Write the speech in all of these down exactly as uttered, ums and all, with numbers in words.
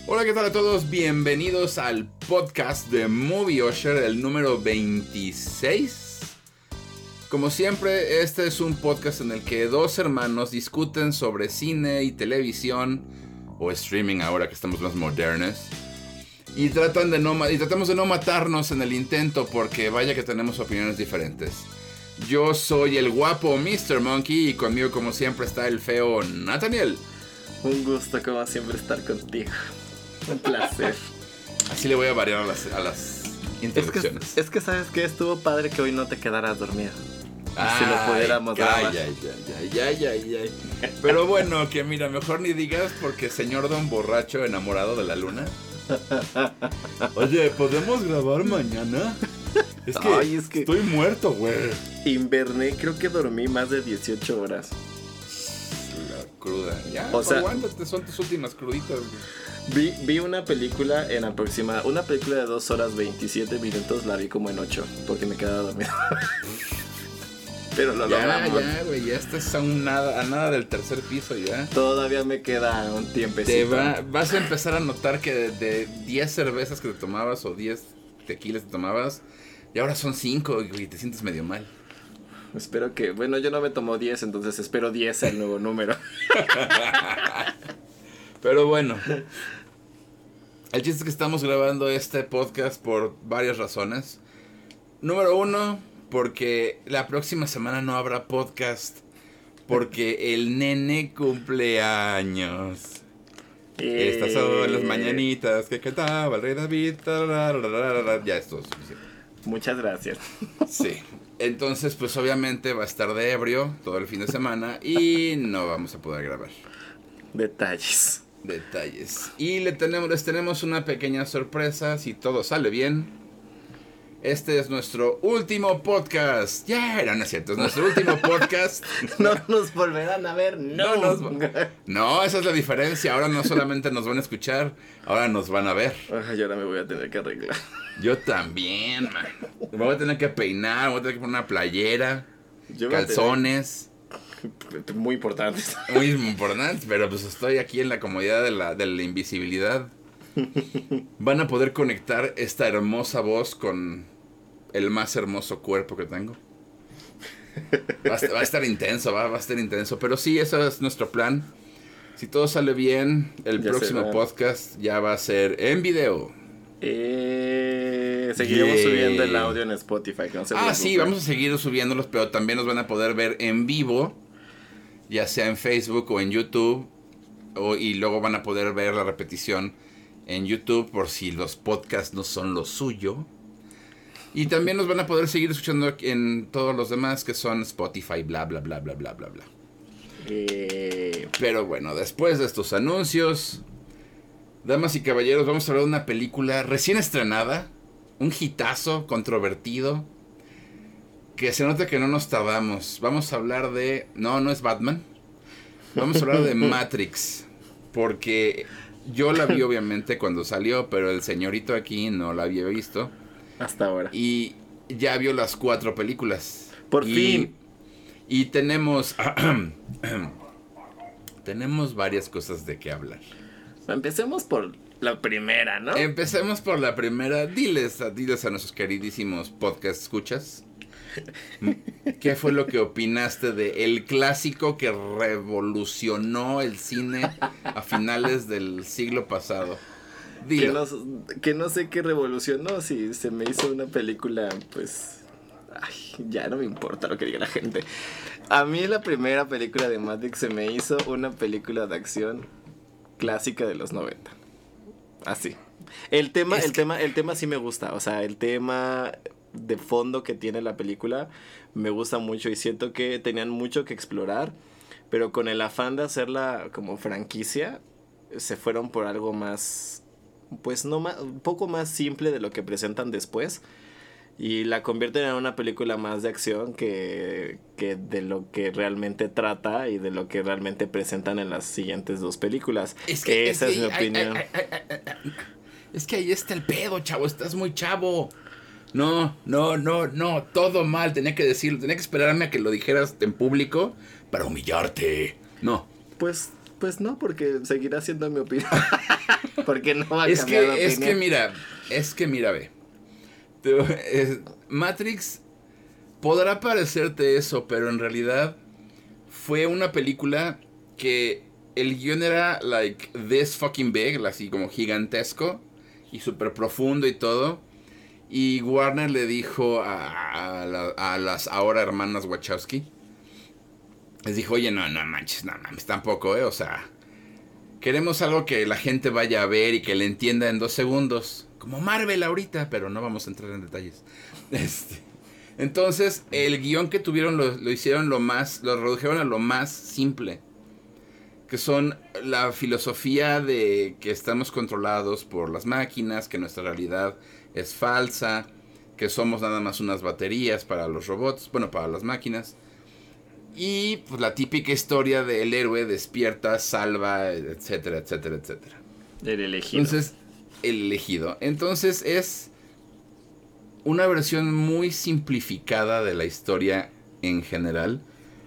Hola, ¿qué tal a todos? Bienvenidos al podcast de Movie Usher, el número veintiséis. Como siempre, este es un podcast en el que dos hermanos discuten sobre cine y televisión, o streaming ahora que estamos más modernos, y, tratan de no, y tratamos de no matarnos en el intento porque vaya que tenemos opiniones diferentes. Yo soy el guapo mister Monkey y conmigo como siempre está el feo Nathaniel. Un gusto como siempre estar contigo. Un placer. Así le voy a variar a las, a las introducciones. Es que, es que sabes que estuvo padre que hoy no te quedaras dormido. Ay, si lo pudiéramos grabar. Ay, ay, ay, ay, ay. Pero bueno, que mira, mejor ni digas porque señor don borracho enamorado de la luna. Oye, ¿podemos grabar mañana? Es que, Ay, es que estoy muerto, güey. Inverné, creo que dormí más de dieciocho horas. La cruda. Ya, o sea, aguántate, son tus últimas cruditas, güey. Vi, vi una película en aproximada, una película de dos horas veintisiete minutos, la vi como en ocho, porque me quedaba dormido. Pero lo ya, logramos. Ya, güey, ya estás a, un nada, a nada del tercer piso ya. Todavía me queda un tiempecito. Te va, vas a empezar a notar que de, de diez cervezas que te tomabas o diez tequilas que te tomabas, y ahora son cinco y te sientes medio mal. Espero que, bueno, yo no me tomo diez, entonces espero diez el nuevo número. Pero bueno, el chiste es que estamos grabando este podcast por varias razones. Número uno, porque la próxima semana no habrá podcast porque el nene cumple años. Eh... Estas son las mañanitas que cantaba el rey David. Ya es todo suficiente. Muchas gracias. Sí, entonces pues obviamente va a estar de ebrio todo el fin de semana y no vamos a poder grabar. Detalles. Detalles. Y le tenemos, les tenemos una pequeña sorpresa si todo sale bien. Este es nuestro último podcast. Ya, yeah, no, no es cierto, es nuestro último podcast. No nos volverán a ver, no. No, nos... no, esa es la diferencia. Ahora no solamente nos van a escuchar, ahora nos van a ver. Ay, ahora me voy a tener que arreglar. Yo también, man. Me voy a tener que peinar, me voy a tener que poner una playera, Yo calzones. Tener... Muy importantes. Muy importantes, pero pues estoy aquí en la comodidad de la, de la invisibilidad. Van a poder conectar esta hermosa voz con el más hermoso cuerpo que tengo. Va a estar, va a estar intenso, va, va a estar intenso. Pero sí, ese es nuestro plan. Si todo sale bien, el ya próximo podcast ya va a ser en video. Eh, seguiremos yeah. subiendo el audio en Spotify. Que no se ah, sí, vamos a seguir subiéndolos, pero también nos van a poder ver en vivo, ya sea en Facebook o en YouTube. O, y luego van a poder ver la repetición en YouTube por si los podcasts no son lo suyo. Y también nos van a poder seguir escuchando en todos los demás que son Spotify, bla, bla, bla, bla, bla, bla, bla. Eh... Pero bueno, después de estos anuncios, damas y caballeros, vamos a hablar de una película recién estrenada, un hitazo controvertido, que se nota que no nos tardamos. Vamos a hablar de... No, no es Batman. Vamos a hablar de Matrix, porque... Yo la vi obviamente cuando salió, pero el señorito aquí no la había visto. Hasta ahora. Y ya vio las cuatro películas. Por y, fin. Y tenemos... tenemos varias cosas de qué hablar. Empecemos por la primera, ¿no? Empecemos por la primera. Diles, diles a nuestros queridísimos podcast escuchas. ¿Qué fue lo que opinaste de el clásico que revolucionó el cine a finales del siglo pasado? Que no, que no sé qué revolucionó, si se me hizo una película, pues... Ay, ya no me importa lo que diga la gente. A mí la primera película de Matrix se me hizo una película de acción clásica de los noventa. Así. El tema, es el que... tema, el tema sí me gusta, o sea, el tema... de fondo que tiene la película me gusta mucho y siento que tenían mucho que explorar, pero con el afán de hacerla como franquicia se fueron por algo más, pues no más, un poco más simple de lo que presentan después y la convierten en una película más de acción que, que de lo que realmente trata y de lo que realmente presentan en las siguientes dos películas. Es que, esa es, es que, mi opinión. Ay, ay, ay, ay, ay. Es que ahí está el pedo, chavo, estás muy chavo. No, no, no, no, todo mal, tenía que decirlo, tenía que esperarme a que lo dijeras en público para humillarte. No. Pues Pues no, porque seguirá siendo mi opinión. Porque no va a es cambiar que, de es opinión. que mira, es que mira, ve. Te- es- Matrix podrá parecerte eso, pero en realidad fue una película que el guión era like this fucking big, así como gigantesco y súper profundo y todo. Y Warner le dijo a, a la- a las ahora hermanas Wachowski, les dijo, oye, no, no manches, no mames, tampoco, eh, o sea, queremos algo que la gente vaya a ver y que le entienda en dos segundos, como Marvel ahorita, pero no vamos a entrar en detalles. Este, entonces, el guión que tuvieron lo, lo hicieron lo más, lo redujeron a lo más simple, que son la filosofía de que estamos controlados por las máquinas, que nuestra realidad es falsa, que somos nada más unas baterías para los robots, bueno, para las máquinas. Y pues la típica historia del héroe despierta, salva, etcétera, etcétera, etcétera. El elegido. Entonces, el elegido. Entonces es una versión muy simplificada de la historia en general.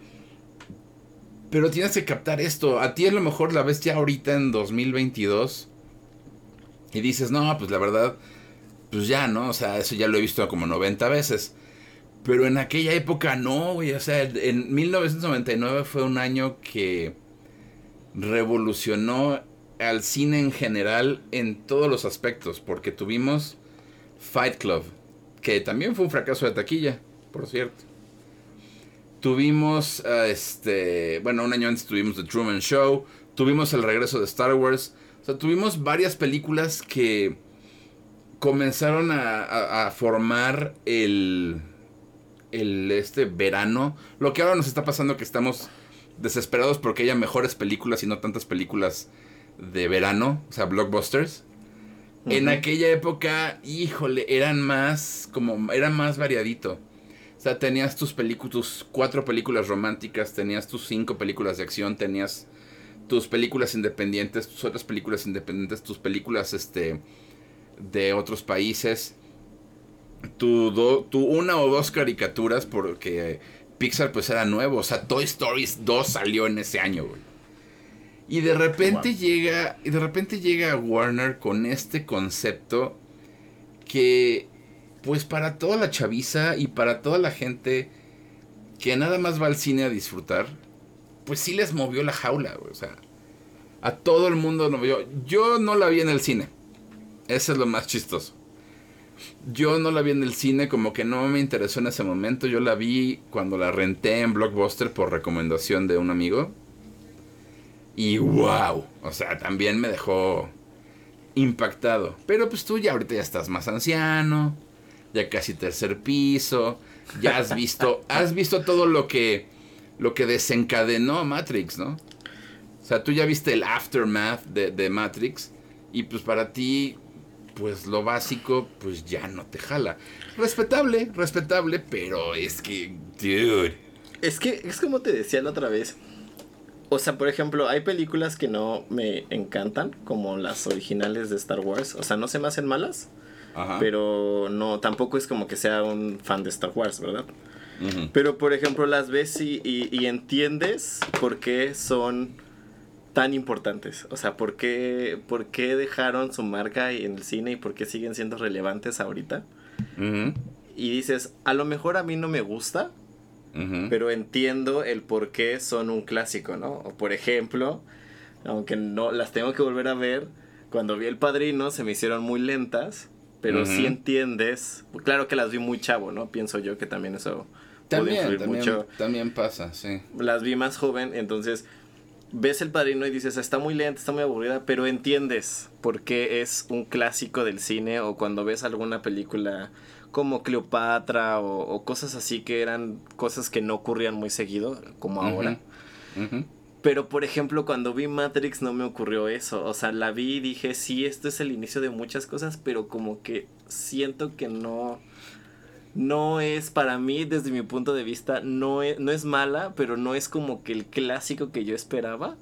Pero tienes que captar esto. A ti a lo mejor la ves ya ahorita en dos mil veintidós. Y dices, no, pues la verdad, pues ya, ¿no? O sea, eso ya lo he visto como noventa veces. Pero en aquella época no, güey. O sea, en mil novecientos noventa y nueve fue un año que revolucionó al cine en general en todos los aspectos. Porque tuvimos Fight Club, que también fue un fracaso de taquilla, por cierto. Tuvimos, uh, este, bueno, un año antes tuvimos The Truman Show. Tuvimos el regreso de Star Wars. O sea, tuvimos varias películas que comenzaron a, a, a formar el... el este verano, lo que ahora nos está pasando, que estamos desesperados porque haya mejores películas y no tantas películas de verano, o sea, blockbusters. Uh-huh. En aquella época, híjole, eran más como era más variadito. O sea, tenías tus películas, tus cuatro películas románticas, tenías tus cinco películas de acción, tenías tus películas independientes, tus otras películas independientes, tus películas este de otros países. Tu, do, tu una o dos caricaturas, porque Pixar pues era nuevo. O sea, Toy Story dos salió en ese año, güey. Y de repente wow. llega. Y de repente llega Warner con este concepto que, pues para toda la chaviza y para toda la gente que nada más va al cine a disfrutar, pues sí les movió la jaula, güey. O sea, a todo el mundo lo movió. Yo no la vi en el cine. Eso es lo más chistoso. Yo no la vi en el cine, como que no me interesó en ese momento. Yo la vi cuando la renté en Blockbuster por recomendación de un amigo. Y wow, o sea, también me dejó impactado. Pero pues tú ya ahorita ya estás más anciano, ya casi tercer piso, ya has visto, has visto todo lo que, lo que desencadenó Matrix, ¿no? O sea, tú ya viste el aftermath de, de Matrix y pues para ti, pues lo básico, pues ya no te jala. Respetable, respetable, pero es que, dude. Es que, es como te decía la otra vez. O sea, por ejemplo, hay películas que no me encantan, como las originales de Star Wars. O sea, no se me hacen malas, ajá, pero no, tampoco es como que sea un fan de Star Wars, ¿verdad? Uh-huh. Pero, por ejemplo, las ves y, y, y entiendes por qué son tan importantes. O sea, por qué, por qué dejaron su marca en el cine y por qué siguen siendo relevantes ahorita. Uh-huh. Y dices, a lo mejor a mí no me gusta, uh-huh, pero entiendo el por qué son un clásico, ¿no? O por ejemplo, aunque no las tengo que volver a ver, cuando vi El Padrino se me hicieron muy lentas, pero uh-huh, sí entiendes. Claro que las vi muy chavo, ¿no? Pienso yo que también eso también, puede influir también, mucho. También pasa, sí. Las vi más joven, entonces ves El Padrino y dices, está muy lenta, está muy aburrida, pero entiendes por qué es un clásico del cine. O cuando ves alguna película como Cleopatra o, o cosas así que eran cosas que no ocurrían muy seguido, como uh-huh, ahora. Uh-huh. Pero, por ejemplo, cuando vi Matrix no me ocurrió eso. O sea, la vi y dije, sí, esto es el inicio de muchas cosas, pero como que siento que no... No es, para mí, desde mi punto de vista, no es, no es mala, pero no es como que el clásico que yo esperaba.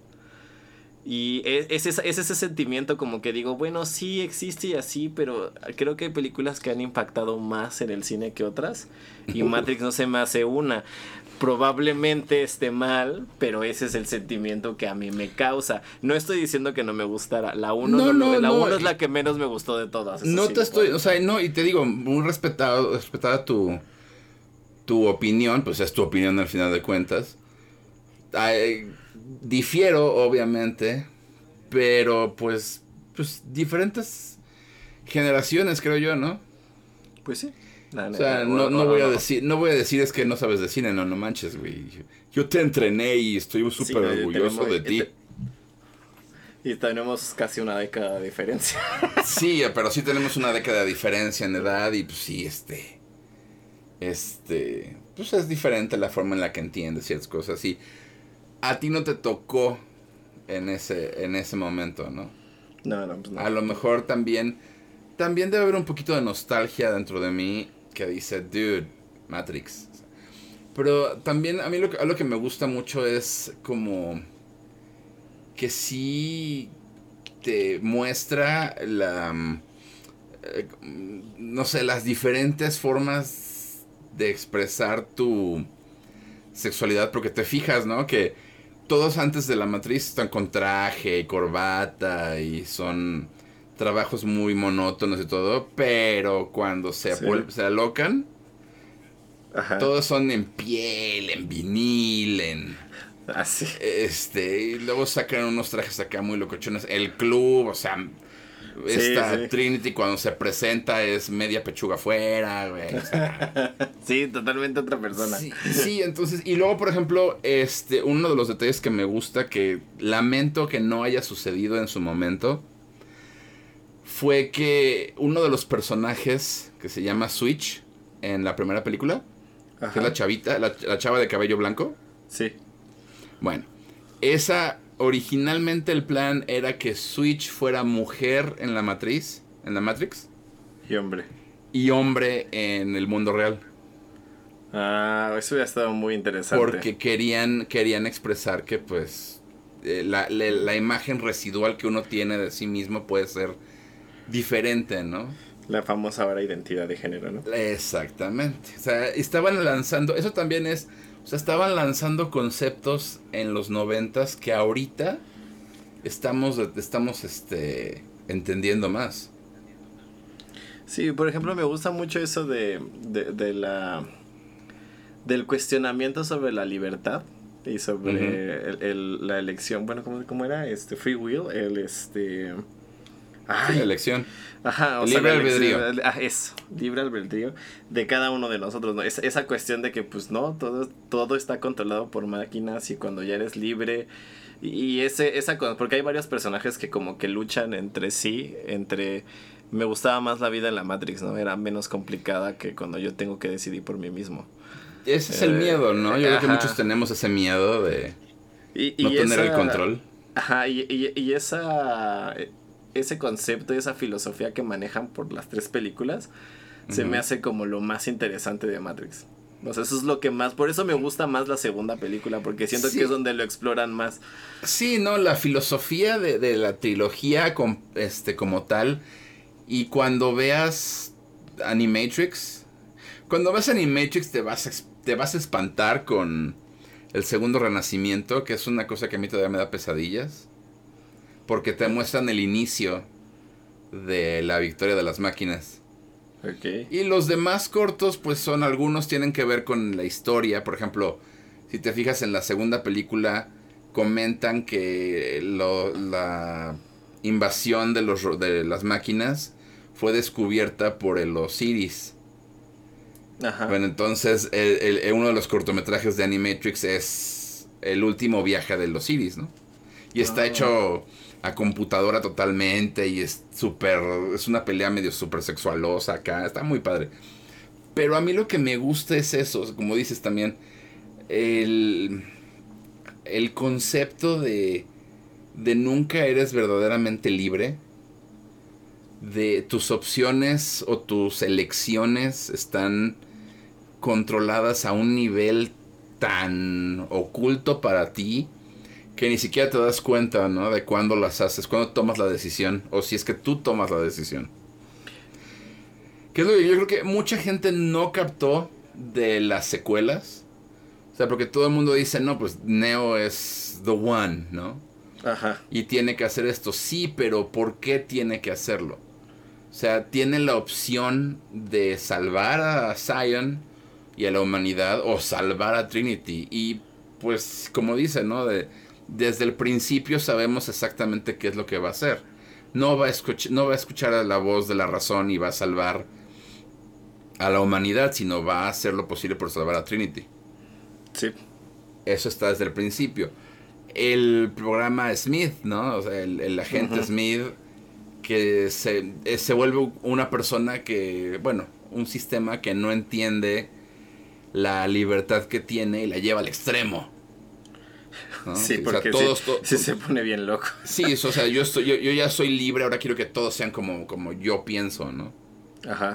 Y es, es, es, es ese sentimiento como que digo, bueno, sí existe y así, pero creo que hay películas que han impactado más en el cine que otras. Y Matrix no se me hace una. probablemente esté mal, pero ese es el sentimiento que a mí me causa. No estoy diciendo que no me gustara. La uno no, no, no, la no, uno es la que menos me gustó de todas. No sí te estoy, puedo. O sea, no, y te digo, muy respetado, respetada tu, tu opinión, pues es tu opinión al final de cuentas. Ay, difiero, obviamente, pero pues, pues diferentes generaciones, creo yo, ¿no? Pues sí. No, no, o sea, no, no, voy a decir, no voy a decir es que no sabes de cine, no, no manches, güey. Yo te entrené y estoy súper sí, orgulloso tenemos, de ti. Y tenemos casi una década de diferencia. Sí, pero sí tenemos una década de diferencia en edad y pues sí, este... Este... Pues es diferente la forma en la que entiendes ciertas cosas y a ti no te tocó en ese, en ese momento, ¿no? No, no, pues no. A lo mejor también... También debe haber un poquito de nostalgia dentro de mí que dice, dude, Matrix. Pero también a mí lo que, a lo que me gusta mucho es como que sí te muestra la, eh, no sé, las diferentes formas de expresar tu sexualidad, porque te fijas, ¿no? Que todos antes de la Matrix están con traje y corbata y son... trabajos muy monótonos y todo, pero cuando se, sí. vuelve, se alocan, ajá, todos son en piel, en vinil, en... Así. Este, y luego sacan unos trajes acá muy locochones. El club, o sea, sí, esta sí. Trinity cuando se presenta es media pechuga afuera, güey. O sea, sí, totalmente otra persona. Sí, sí, entonces, y luego, por ejemplo, este, uno de los detalles que me gusta, que lamento que no haya sucedido en su momento, fue que uno de los personajes que se llama Switch en la primera película, ajá, que es la chavita, la, la chava de cabello blanco. Sí. Bueno, esa originalmente el plan era que Switch fuera mujer en la matriz, en la Matrix. Y hombre. Y hombre en el mundo real. Ah, eso hubiera estado muy interesante. Porque querían, querían expresar que pues eh, la, la, la imagen residual que uno tiene de sí mismo puede ser diferente, ¿no? La famosa ahora identidad de género, ¿no? Exactamente. O sea, estaban lanzando, eso también es, o sea, estaban lanzando conceptos en los noventas que ahorita estamos, estamos, este, entendiendo más. Sí, por ejemplo, me gusta mucho eso de, de, de la, del cuestionamiento sobre la libertad y sobre uh-huh. el, el, la elección, bueno, ¿cómo, cómo era? Este, free will, el, este... Ay, la elección. Ajá, o libre sea, albedrío. Ah, eso, libre albedrío de cada uno de nosotros, ¿no? Es, esa cuestión de que, pues, no, todo, todo está controlado por máquinas y cuando ya eres libre. Y, y ese, esa cosa, porque hay varios personajes que como que luchan entre sí, entre... Me gustaba más la vida en la Matrix, ¿no? Era menos complicada que cuando yo tengo que decidir por mí mismo. Ese es eh, el miedo, ¿no? Yo ajá. creo que muchos tenemos ese miedo de y, y no tener esa, el control. Ajá, y, y, y esa... ese concepto y esa filosofía que manejan por las tres películas uh-huh. se me hace como lo más interesante de Matrix. O sea, eso es lo que más... Por eso me gusta más la segunda película, porque siento sí. que es donde lo exploran más. Sí, no, la filosofía de, de la trilogía com, este, como tal. Y cuando veas Animatrix, cuando ves Animatrix te vas, a, te vas a espantar con el segundo renacimiento, que es una cosa que a mí todavía me da pesadillas. Porque te muestran el inicio de la victoria de las máquinas. Okay. Y los demás cortos, pues son algunos tienen que ver con la historia. Por ejemplo, si te fijas en la segunda película, comentan que lo, la invasión de, los, de las máquinas fue descubierta por el Osiris. Ajá. Bueno, entonces el, el, el, uno de los cortometrajes de Animatrix es el último viaje del Osiris, ¿no? Y está oh. hecho a computadora totalmente y es súper, es una pelea medio súper sexualosa acá, está muy padre. Pero a mí lo que me gusta es eso, como dices también, el, el concepto de, de nunca eres verdaderamente libre, de tus opciones o tus elecciones están controladas a un nivel tan oculto para ti, que ni siquiera te das cuenta, ¿no? De cuándo las haces, cuándo tomas la decisión, o si es que tú tomas la decisión. Que es lo que yo creo que mucha gente no captó de las secuelas, O sea, porque todo el mundo dice, no, pues Neo es the one, ¿no? Ajá. Y tiene que hacer esto. Sí, pero ¿por qué tiene que hacerlo? O sea, tiene la opción de salvar a Zion y a la humanidad o salvar a Trinity. Y pues, como dice, ¿no? De, desde el principio sabemos exactamente qué es lo que va a hacer. No va a, escuch- no va a escuchar a la voz de la razón y va a salvar a la humanidad, sino va a hacer lo posible por salvar a Trinity. Sí. Eso está desde el principio. El programa Smith, ¿no? O sea, el, el agente uh-huh. Smith, que se, se vuelve una persona que, bueno, un sistema que no entiende la libertad que tiene y la lleva al extremo, ¿no? Sí, o porque sea, todos, sí, to- sí se pone bien loco. Sí, o sea, yo, estoy, yo, yo ya soy libre, ahora quiero que todos sean como, como yo pienso, ¿no? Ajá.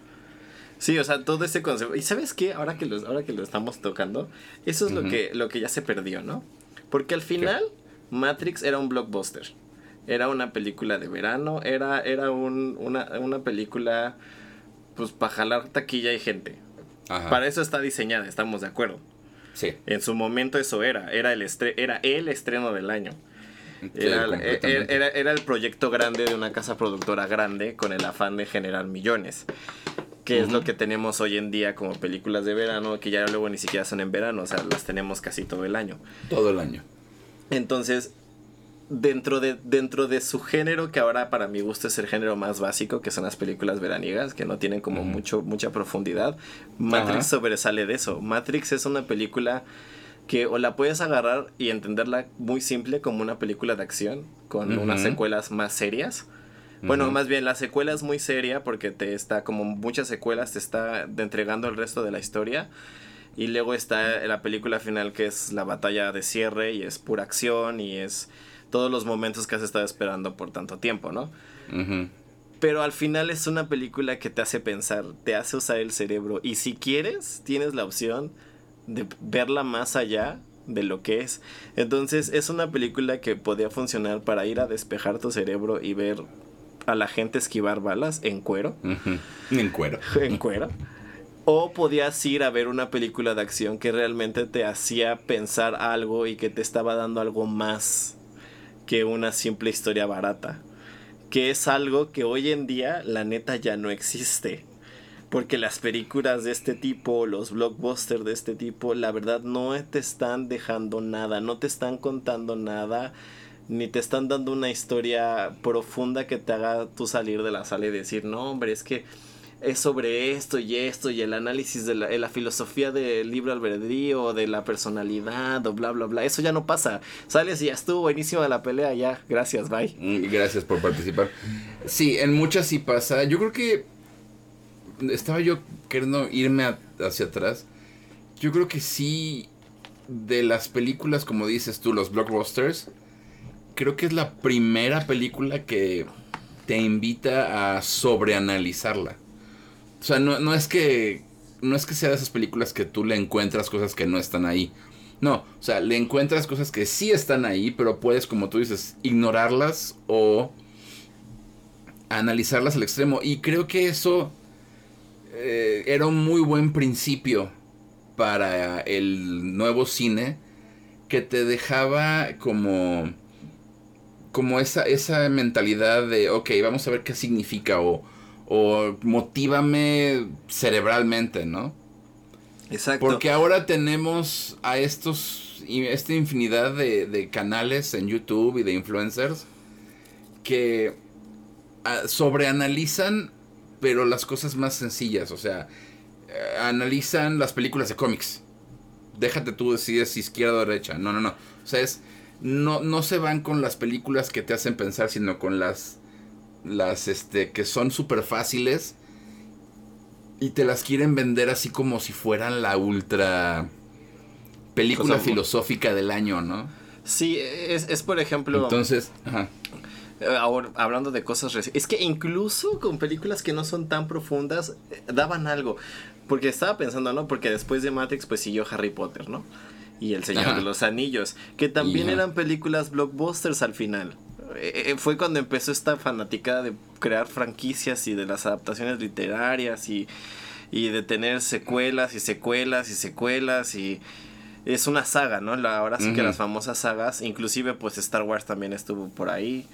Sí, o sea, todo ese concepto. ¿Y sabes qué? Ahora que lo, ahora que lo estamos tocando, eso es uh-huh. lo que, lo que ya se perdió, ¿no? Porque al final, ¿qué? Matrix era un blockbuster. Era una película de verano, era, era un, una, una película, pues, para jalar taquilla y gente. Ajá. Para eso está diseñada, estamos de acuerdo. Sí. En su momento eso era, era el, estre- era el estreno del año. Era, sí, era, era, era el proyecto grande de una casa productora grande con el afán de generar millones. Que uh-huh. es lo que tenemos hoy en día como películas de verano, que ya luego ni siquiera son en verano, o sea, las tenemos casi todo el año. Todo el año. Entonces, dentro de, dentro de su género, que ahora para mi gusto es el género más básico, que son las películas veraniegas, que no tienen como uh-huh. mucho, mucha profundidad, Matrix uh-huh. sobresale de eso. Matrix es una película que o la puedes agarrar y entenderla muy simple como una película de acción, con uh-huh. unas secuelas más serias. Bueno, uh-huh. más bien la secuela es muy seria porque te está, como muchas secuelas, te está entregando el resto de la historia. Y luego está la película final, que es la batalla de cierre, y es pura acción, y es todos los momentos que has estado esperando por tanto tiempo, ¿no? Uh-huh. Pero al final es una película que te hace pensar, te hace usar el cerebro. Y si quieres, tienes la opción de verla más allá de lo que es. Entonces es una película que podía funcionar para ir a despejar tu cerebro y ver a la gente esquivar balas en cuero. Uh-huh. En cuero. En cuero. O podías ir a ver una película de acción que realmente te hacía pensar algo y que te estaba dando algo más que una simple historia barata. Que es algo que hoy en día, la neta, ya no existe. Porque las películas de este tipo, los blockbusters de este tipo, la verdad no te están dejando nada, no te están contando nada, ni te están dando una historia profunda que te haga tú salir de la sala y decir, no, hombre, es que es sobre esto y esto, y el análisis de la, la filosofía del libre albedrío, de la personalidad, o bla, bla, bla. Eso ya no pasa. Sales y ya estuvo buenísima la pelea, ya. Gracias, bye. Gracias por participar. Sí, en muchas sí pasa. Yo creo que estaba yo queriendo irme a, hacia atrás. Yo creo que sí, de las películas, como dices tú, los blockbusters, creo que es la primera película que te invita a sobreanalizarla. O sea, no, no es que no es que sea de esas películas que tú le encuentras cosas que no están ahí. No, o sea, le encuentras cosas que sí están ahí, pero puedes, como tú dices, ignorarlas o analizarlas al extremo. Y creo que eso eh, era un muy buen principio para el nuevo cine, que te dejaba como como esa, esa mentalidad de, ok, vamos a ver qué significa, o, o motívame cerebralmente, ¿no? Exacto. Porque ahora tenemos a estos, esta infinidad de, de canales en YouTube y de influencers que uh, sobreanalizan, pero las cosas más sencillas, o sea, uh, analizan las películas de cómics. Déjate tú decir si izquierda o derecha, no, no, no, o sea, es... No, no se van con las películas que te hacen pensar, sino con las, las este, que son súper fáciles y te las quieren vender así como si fueran la ultra película Cosa, filosófica del año, ¿no? Sí, es, es por ejemplo... Entonces, ajá. Ahora, hablando de cosas... Reci- es que incluso con películas que no son tan profundas, daban algo. Porque estaba pensando, ¿no? Porque después de Matrix, pues siguió Harry Potter, ¿no? Y El Señor Ajá. de los Anillos, que también yeah. eran películas blockbusters al final. Eh, fue cuando empezó esta fanática de crear franquicias y de las adaptaciones literarias y, y de tener secuelas y secuelas y secuelas y, es una saga, ¿no? La, ahora sí uh-huh. que las famosas sagas, inclusive pues Star Wars también estuvo por ahí.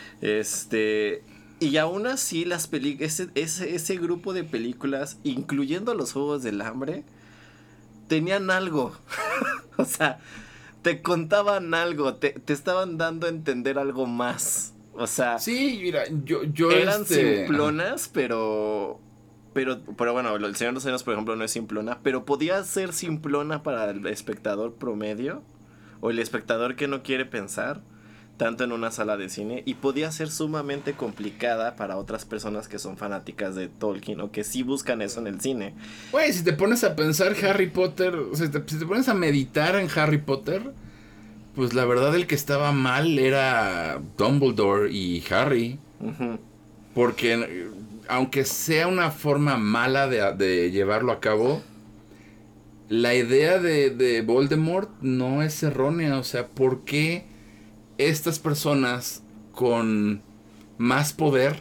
Este, y aún así las peli ese, ese, ese grupo de películas, incluyendo los Juegos del Hambre, tenían algo. O sea, te contaban algo, te, te estaban dando a entender algo más. O sea, sí, mira, yo, yo eran este... simplonas, pero... Pero, pero bueno, El Señor de los Anillos, por ejemplo, no es simplona, pero podía ser simplona para el espectador promedio o el espectador que no quiere pensar tanto en una sala de cine, y podía ser sumamente complicada para otras personas que son fanáticas de Tolkien o que sí buscan eso en el cine. Güey, si te pones a pensar Harry Potter, o sea, si te, si te pones a meditar en Harry Potter, pues la verdad el que estaba mal era Dumbledore y Harry. Uh-huh. Porque aunque sea una forma mala de, de llevarlo a cabo, la idea de, de Voldemort no es errónea. O sea, ¿por qué estas personas con más poder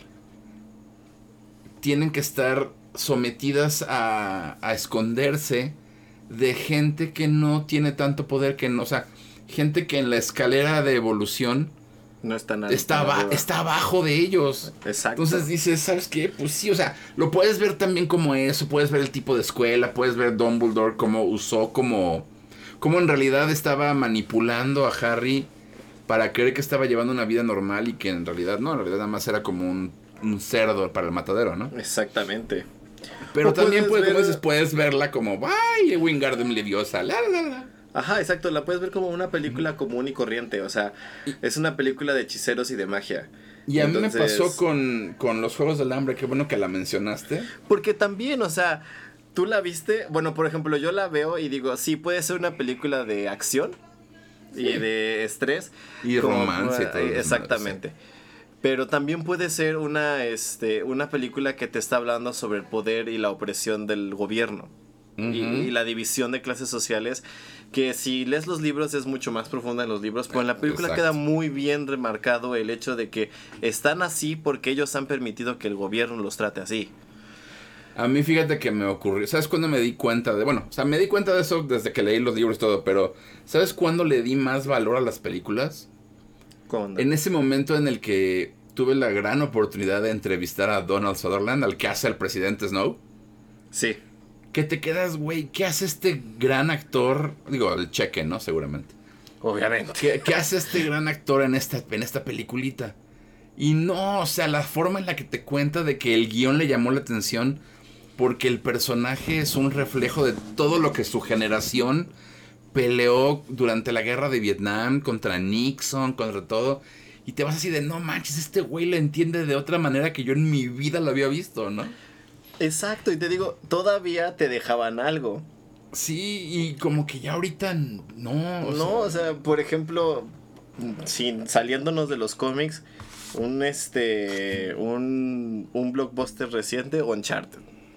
tienen que estar sometidas a, a esconderse de gente que no tiene tanto poder? Que no, o sea, gente que en la escalera de evolución no está nada. Está, ba- está abajo de ellos. Exacto. Entonces dices, ¿sabes qué? Pues sí, o sea, lo puedes ver también como eso. Puedes ver el tipo de escuela. Puedes ver Dumbledore como usó como... Como en realidad estaba manipulando a Harry para creer que estaba llevando una vida normal y que en realidad no. En realidad nada más era como un, un cerdo para el matadero, ¿no? Exactamente. Pero o también puedes, ver... como dices, puedes verla como... ¡Ay, Wingardium Leviosa! La, la, la. Ajá, exacto, la puedes ver como una película común y corriente, o sea, es una película de hechiceros y de magia. Y a Entonces... mí me pasó con, con los Juegos del Hambre, qué bueno que la mencionaste. Porque también, o sea, tú la viste, bueno, por ejemplo, yo la veo y digo, sí, puede ser una película de acción sí. y de estrés. Y como, romance y todo. Exactamente. Sí. Pero también puede ser una, este, una película que te está hablando sobre el poder y la opresión del gobierno. Uh-huh. y, y la división de clases sociales, que si lees los libros es mucho más profunda en los libros, pero en la película Exacto. Queda muy bien remarcado el hecho de que están así porque ellos han permitido que el gobierno los trate así. A mí fíjate que me ocurrió, ¿sabes cuándo me di cuenta de, bueno, o sea, me di cuenta de eso desde que leí los libros y todo, pero ¿sabes cuándo le di más valor a las películas? ¿Cuándo? En ese momento en el que tuve la gran oportunidad de entrevistar a Donald Sutherland, al que hace el presidente Snow. Sí. Que te quedas, güey, ¿qué hace este gran actor? Digo, el cheque, ¿no? Seguramente. Obviamente. ¿Qué, qué hace este gran actor en esta, en esta peliculita? Y no, o sea, la forma en la que te cuenta de que el guión le llamó la atención porque el personaje es un reflejo de todo lo que su generación peleó durante la guerra de Vietnam, contra Nixon, contra todo. Y te vas así de, no manches, este güey lo entiende de otra manera que yo en mi vida lo había visto, ¿no? Exacto, y te digo, todavía te dejaban algo. Sí, y como que ya ahorita no. O no, sea... o sea, por ejemplo, sin, saliéndonos de los cómics, un este un, un blockbuster reciente, Uncharted.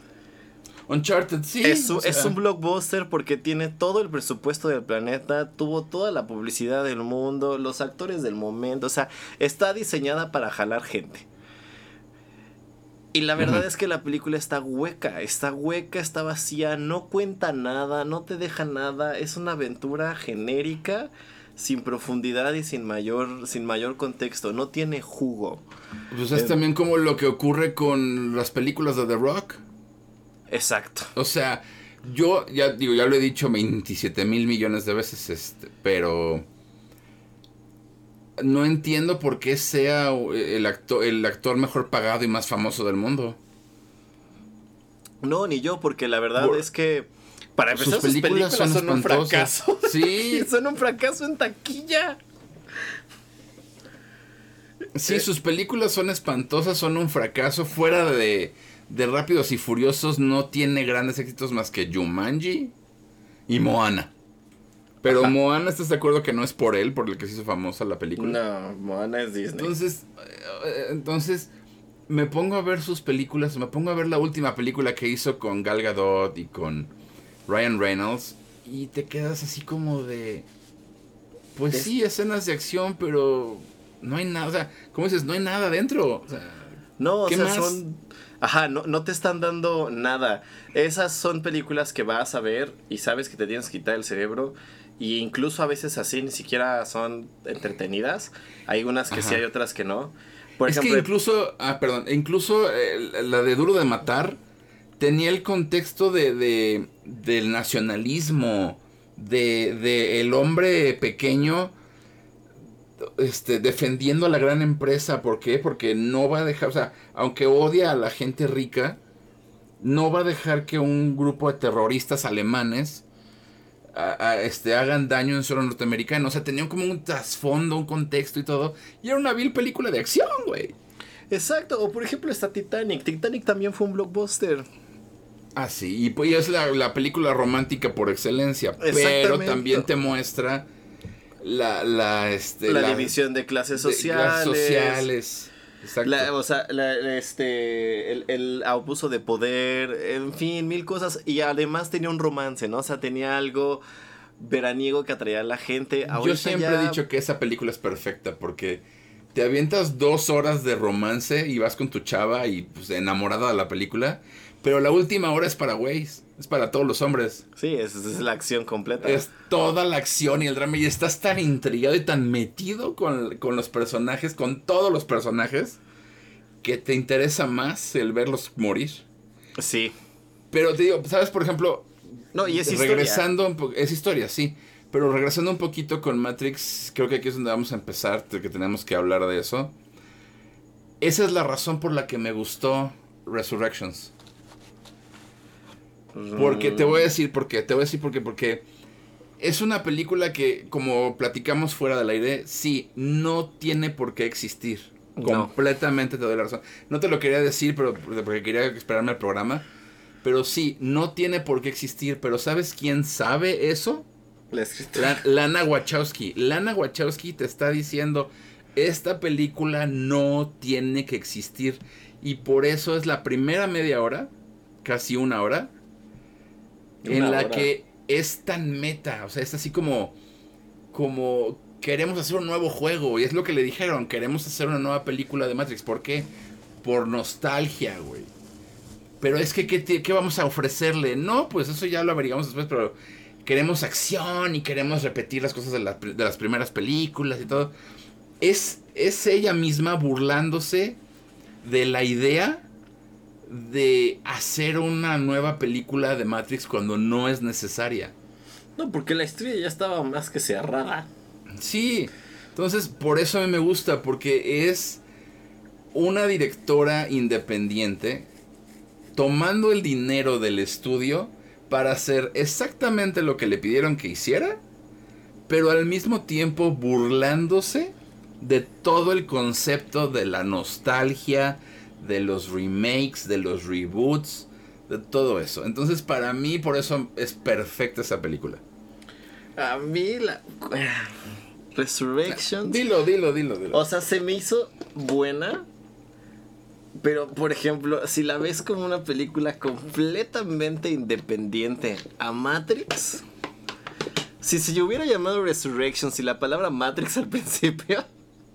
Uncharted, sí. Es, o sea... es un blockbuster porque tiene todo el presupuesto del planeta, tuvo toda la publicidad del mundo, los actores del momento, o sea, está diseñada para jalar gente. Y la verdad uh-huh. es que la película está hueca, está hueca, está vacía, no cuenta nada, no te deja nada, es una aventura genérica, sin profundidad y sin mayor, sin mayor contexto, no tiene jugo. Pues es eh, también como lo que ocurre con las películas de The Rock. Exacto. O sea, yo ya digo, ya lo he dicho veintisiete mil millones de veces, este, pero... No entiendo por qué sea el actor, el actor mejor pagado y más famoso del mundo. No, ni yo, porque la verdad por, es que para empezar sus películas, sus películas son, son un fracaso. Sí. Son un fracaso en taquilla. Sí, sus películas son espantosas, son un fracaso. Fuera de, de Rápidos y Furiosos no tiene grandes éxitos más que Jumanji y Moana. Pero Ajá. Moana, ¿estás de acuerdo que no es por él, por el que se hizo famosa la película? No, Moana es Disney. Entonces, eh, entonces me pongo a ver sus películas, me pongo a ver la última película que hizo con Gal Gadot y con Ryan Reynolds, y te quedas así como de... Pues es... sí, escenas de acción, pero no hay nada, o sea, ¿cómo dices? No hay nada adentro. O sea, no, o ¿qué sea, más? son... Ajá, no, no te están dando nada. Esas son películas que vas a ver y sabes que te tienes que quitar el cerebro Y incluso a veces así ni siquiera son entretenidas. Hay unas que Ajá. sí, hay otras que no. Por es ejemplo, que incluso, ah, perdón, incluso eh, la de Duro de Matar tenía el contexto de, de del nacionalismo, de, de el hombre pequeño, este, defendiendo a la gran empresa. ¿Por qué? Porque no va a dejar, o sea, aunque odia a la gente rica, no va a dejar que un grupo de terroristas alemanes a, a, este, hagan daño en suelo norteamericano. O sea, tenían como un trasfondo, un contexto y todo. Y era una vil película de acción, güey. exacto. O por ejemplo está Titanic. Titanic también fue un blockbuster. Ah, sí, y pues es la, la película romántica por excelencia, pero también te muestra la, la, este, la, la división de clases sociales. De clases sociales. Exacto. La, o sea, la, este, el, el abuso de poder, en fin, mil cosas. Y además tenía un romance, ¿no? O sea, tenía algo veraniego que atraía a la gente. Ahorita Yo siempre ya... he dicho que esa película es perfecta porque te avientas dos horas de romance y vas con tu chava y pues, enamorada de la película. Pero la última hora es para güeyes, es para todos los hombres. Sí, es, es la acción completa. Es toda la acción y el drama. Y estás tan intrigado y tan metido con, con los personajes, con todos los personajes, que te interesa más el verlos morir. Sí. Pero te digo, ¿sabes? Por ejemplo, no, y es regresando historia. Un po- es historia, sí. Pero regresando un poquito con Matrix, creo que aquí es donde vamos a empezar, que tenemos que hablar de eso. Esa es la razón por la que me gustó Resurrections. Porque te voy a decir por qué, te voy a decir por qué, porque es una película que, como platicamos fuera del aire, sí, no tiene por qué existir. No. Completamente te doy la razón. No te lo quería decir, pero porque quería esperarme al programa. Pero sí, no tiene por qué existir. Pero ¿sabes quién sabe eso? La escritora. La, Lana Wachowski. Lana Wachowski te está diciendo, esta película no tiene que existir. Y por eso es la primera media hora, casi una hora, en Una la hora. que es tan meta, o sea, es así como, como queremos hacer un nuevo juego, y es lo que le dijeron, queremos hacer una nueva película de Matrix. ¿Por qué? Por nostalgia, güey. Pero es que, ¿qué, ¿qué vamos a ofrecerle? No, pues eso ya lo averiguamos después, pero queremos acción y queremos repetir las cosas de, la, de las primeras películas y todo. Es, es ella misma burlándose de la idea de hacer una nueva película de Matrix cuando no es necesaria. No, porque la historia ya estaba más que cerrada. Sí, entonces por eso a mí me gusta, porque es una directora independiente tomando el dinero del estudio para hacer exactamente lo que le pidieron que hiciera, pero al mismo tiempo burlándose de todo el concepto de la nostalgia, de los remakes, de los reboots, de todo eso. Entonces para mí por eso es perfecta esa película. A mí la... Resurrections. Dilo, dilo, dilo, dilo. O sea, se me hizo buena. Pero, por ejemplo, si la ves como una película completamente independiente a Matrix, si se hubiera llamado Resurrections y la palabra Matrix al principio,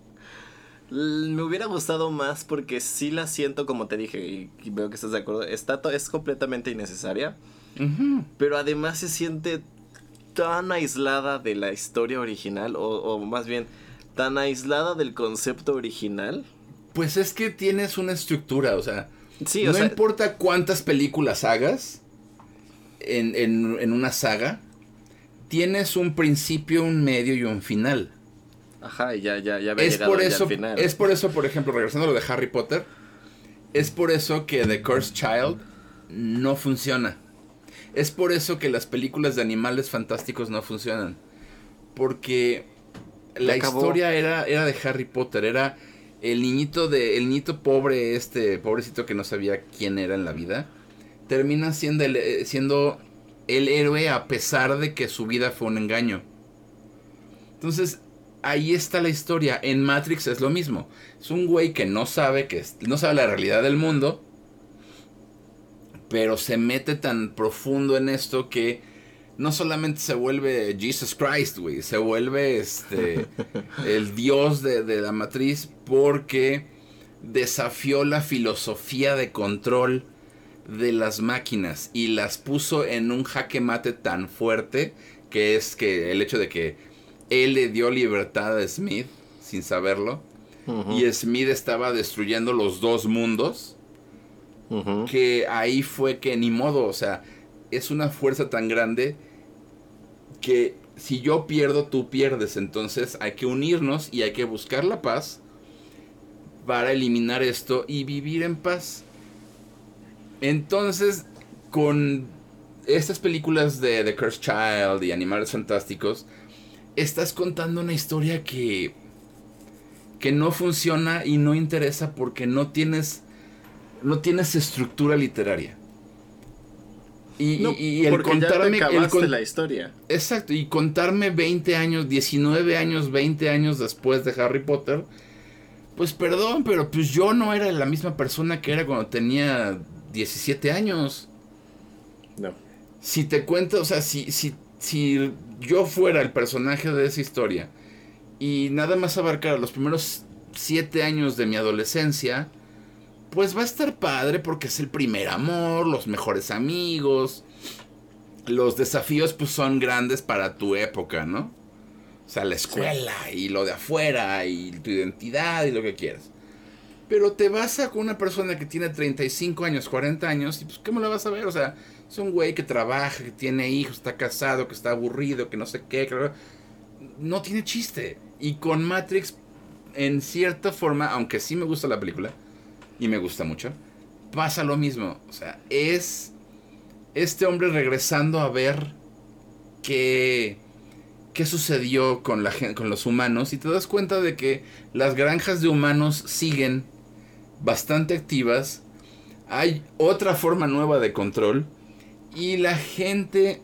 me hubiera gustado más porque sí la siento, como te dije, y, y veo que estás de acuerdo, está to- es completamente innecesaria, Uh-huh. pero además se siente tan aislada de la historia original, o, o más bien, tan aislada del concepto original. Pues es que tienes una estructura, o sea, Sí, o no sea, importa cuántas películas hagas en, en, en una saga, tienes un principio, un medio y un final. ajá, y ya, ya, ya había Es llegado por ya eso, al final. es por eso, por ejemplo, regresando a lo de Harry Potter, es por eso que The Cursed Child no funciona. Es por eso que las películas de animales fantásticos no funcionan. Porque la acabó. historia era, era de Harry Potter, era el niñito de, el niñito pobre, este pobrecito que no sabía quién era en la vida, termina siendo el, siendo el héroe a pesar de que su vida fue un engaño. Entonces, ahí está la historia. En Matrix es lo mismo. Es un güey que no sabe que es, no sabe la realidad del mundo, pero se mete tan profundo en esto que no solamente se vuelve Jesus Christ, güey, se vuelve este el dios de, de la matriz porque desafió la filosofía de control de las máquinas y las puso en un jaque mate tan fuerte, que es que el hecho de que él le dio libertad a Smith sin saberlo, uh-huh. y Smith estaba destruyendo los dos mundos, uh-huh. que ahí fue que ni modo, o sea, es una fuerza tan grande que si yo pierdo, tú pierdes. Entonces hay que unirnos y hay que buscar la paz para eliminar esto y vivir en paz. Entonces, con estas películas de The Cursed Child y Animales Fantásticos, estás contando una historia que, que no funciona y no interesa porque no tienes, no tienes estructura literaria. Y, no, y, y el porque contarme ya te acabaste el con, la historia. Exacto, y contarme veinte años, diecinueve años, veinte años después de Harry Potter, pues perdón, pero pues yo no era la misma persona que era cuando tenía diecisiete años. No. Si te cuento, o sea, si, si, si yo fuera el personaje de esa historia y nada más abarcara los primeros siete años de mi adolescencia, pues va a estar padre porque es el primer amor, los mejores amigos, los desafíos pues son grandes para tu época, ¿no? O sea, la escuela, sí. Y lo de afuera y tu identidad y lo que quieras. Pero te vas a con una persona que tiene treinta y cinco años, cuarenta años, y pues ¿cómo la vas a ver? O sea, es un güey que trabaja, que tiene hijos, está casado, que está aburrido, que no sé qué, que no tiene chiste. Y con Matrix, en cierta forma, aunque sí me gusta la película, y me gusta mucho, pasa lo mismo. O sea, es este hombre regresando a ver qué, qué sucedió con, la, con los humanos, y te das cuenta de que las granjas de humanos siguen bastante activas. Hay otra forma nueva de control, y la gente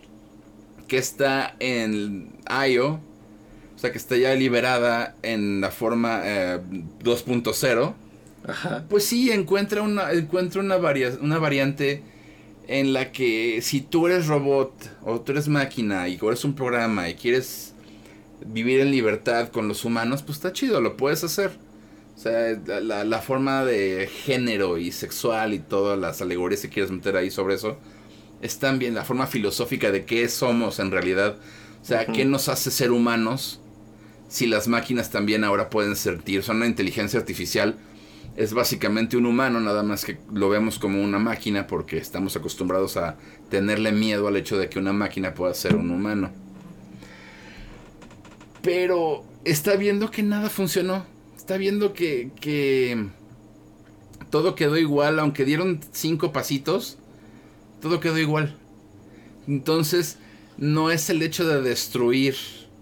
que está en I O, o sea, que está ya liberada en la forma eh, dos punto cero, ajá. Pues sí, encuentra una, encuentra una, varia, una variante en la que si tú eres robot o tú eres máquina y eres un programa y quieres vivir en libertad con los humanos, pues está chido, lo puedes hacer. O sea, la, la forma de género y sexual y todas las alegorías que quieres meter ahí sobre eso, están bien. La forma filosófica de qué somos en realidad. O sea, uh-huh. ¿Qué nos hace ser humanos si las máquinas también ahora pueden sentir? Son una inteligencia artificial. Es básicamente un humano, nada más que lo vemos como una máquina porque estamos acostumbrados a tenerle miedo al hecho de que una máquina pueda ser un humano. Pero está viendo que nada funcionó. Está viendo que, que todo quedó igual, aunque dieron cinco pasitos, todo quedó igual. Entonces, no es el hecho de destruir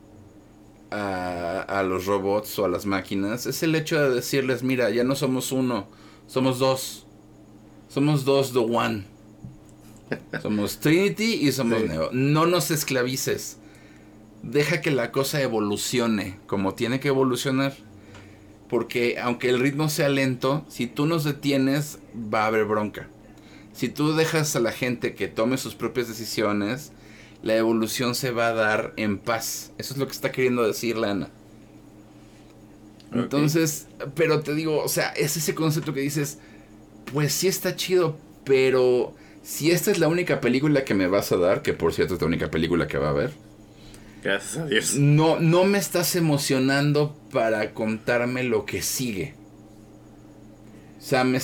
A, a los robots o a las máquinas, es el hecho de decirles, mira, ya no somos uno, somos dos, somos dos, the one, somos Trinity y somos sí. Neo. No nos esclavices, deja que la cosa evolucione como tiene que evolucionar, porque aunque el ritmo sea lento, si tú nos detienes va a haber bronca. Si tú dejas a la gente que tome sus propias decisiones, la evolución se va a dar en paz. Eso es lo que está queriendo decir Lana. Okay. Entonces, pero te digo, o sea, es ese concepto que dices, pues sí está chido, pero si esta es la única película que me vas a dar, que por cierto es la única película que va a haber, gracias a Dios, no, no me estás emocionando para contarme lo que sigue. O sea, me,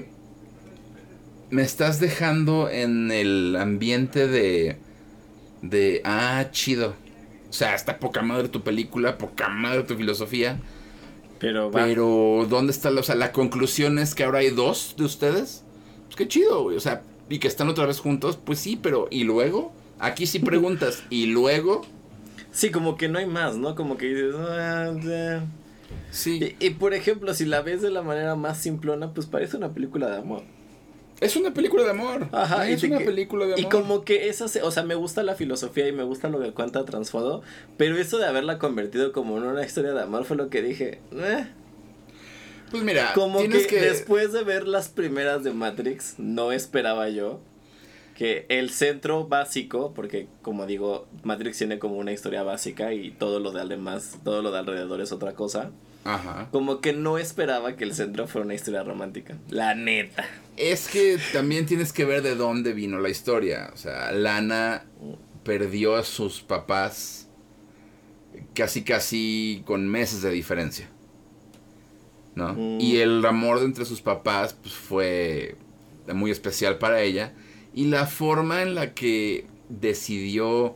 me estás dejando en el ambiente de... de, ah, chido. O sea, está poca madre tu película, poca madre tu filosofía. Pero va. Pero, ¿dónde está la, o sea, la conclusión es que ahora hay dos de ustedes? Pues qué chido, güey. O sea, y que están otra vez juntos, pues sí, pero ¿y luego? Aquí sí preguntas, ¿y luego? Sí, como que no hay más, ¿no? Como que dices, ah, yeah. Sí. Y, y por ejemplo, si la ves de la manera más simplona, pues parece una película de amor. Es una película de amor. Ajá, es una que, película de amor. Y como que esa, se, o sea, me gusta la filosofía y me gusta lo que cuenta trasfondo, pero eso de haberla convertido como en una historia de amor fue lo que dije, eh. Pues mira, como tienes que, que después de ver las primeras de Matrix, no esperaba yo que el centro básico, porque como digo, Matrix tiene como una historia básica y todo lo de además, todo lo de alrededor es otra cosa. Ajá. Como que no esperaba que el centro fuera una historia romántica. La neta. Es que también tienes que ver de dónde vino la historia. O sea, Lana perdió a sus papás casi casi con meses de diferencia, ¿no? Mm. Y el amor entre sus papás pues, fue muy especial para ella. Y la forma en la que decidió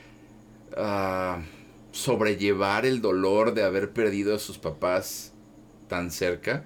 uh, sobrellevar el dolor de haber perdido a sus papás tan cerca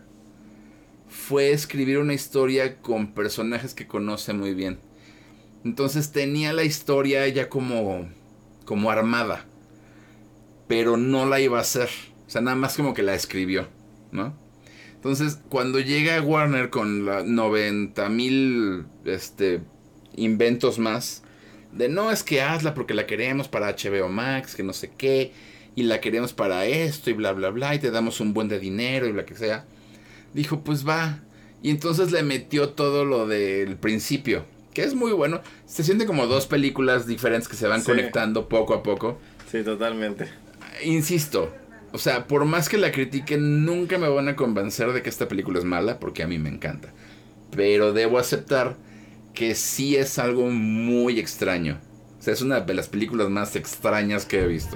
fue escribir una historia con personajes que conoce muy bien. Entonces tenía la historia ya como, como armada, pero no la iba a hacer. O sea, nada más como que la escribió, ¿no? Entonces, cuando llega Warner con la noventa mil este, inventos más, de no, es que hazla porque la queremos para H B O Max, que no sé qué, y la queremos para esto, y bla, bla, bla, y te damos un buen de dinero, y bla, que sea. Dijo, pues va. Y entonces le metió todo lo del principio, que es muy bueno. Se siente como dos películas diferentes que se van sí. conectando poco a poco. Sí, totalmente. Insisto, o sea, por más que la critiquen, nunca me van a convencer de que esta película es mala, porque a mí me encanta. Pero debo aceptar que sí es algo muy extraño. O sea, es una de las películas más extrañas que he visto.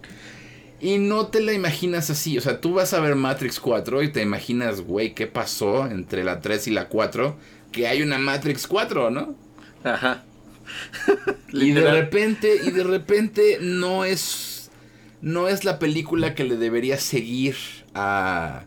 Y no te la imaginas así. O sea, tú vas a ver Matrix cuatro y te imaginas, güey, ¿qué pasó entre la tres y la cuatro? Que hay una Matrix cuatro, ¿no? Ajá. Y de repente, y de repente no es, no es la película que le debería seguir a,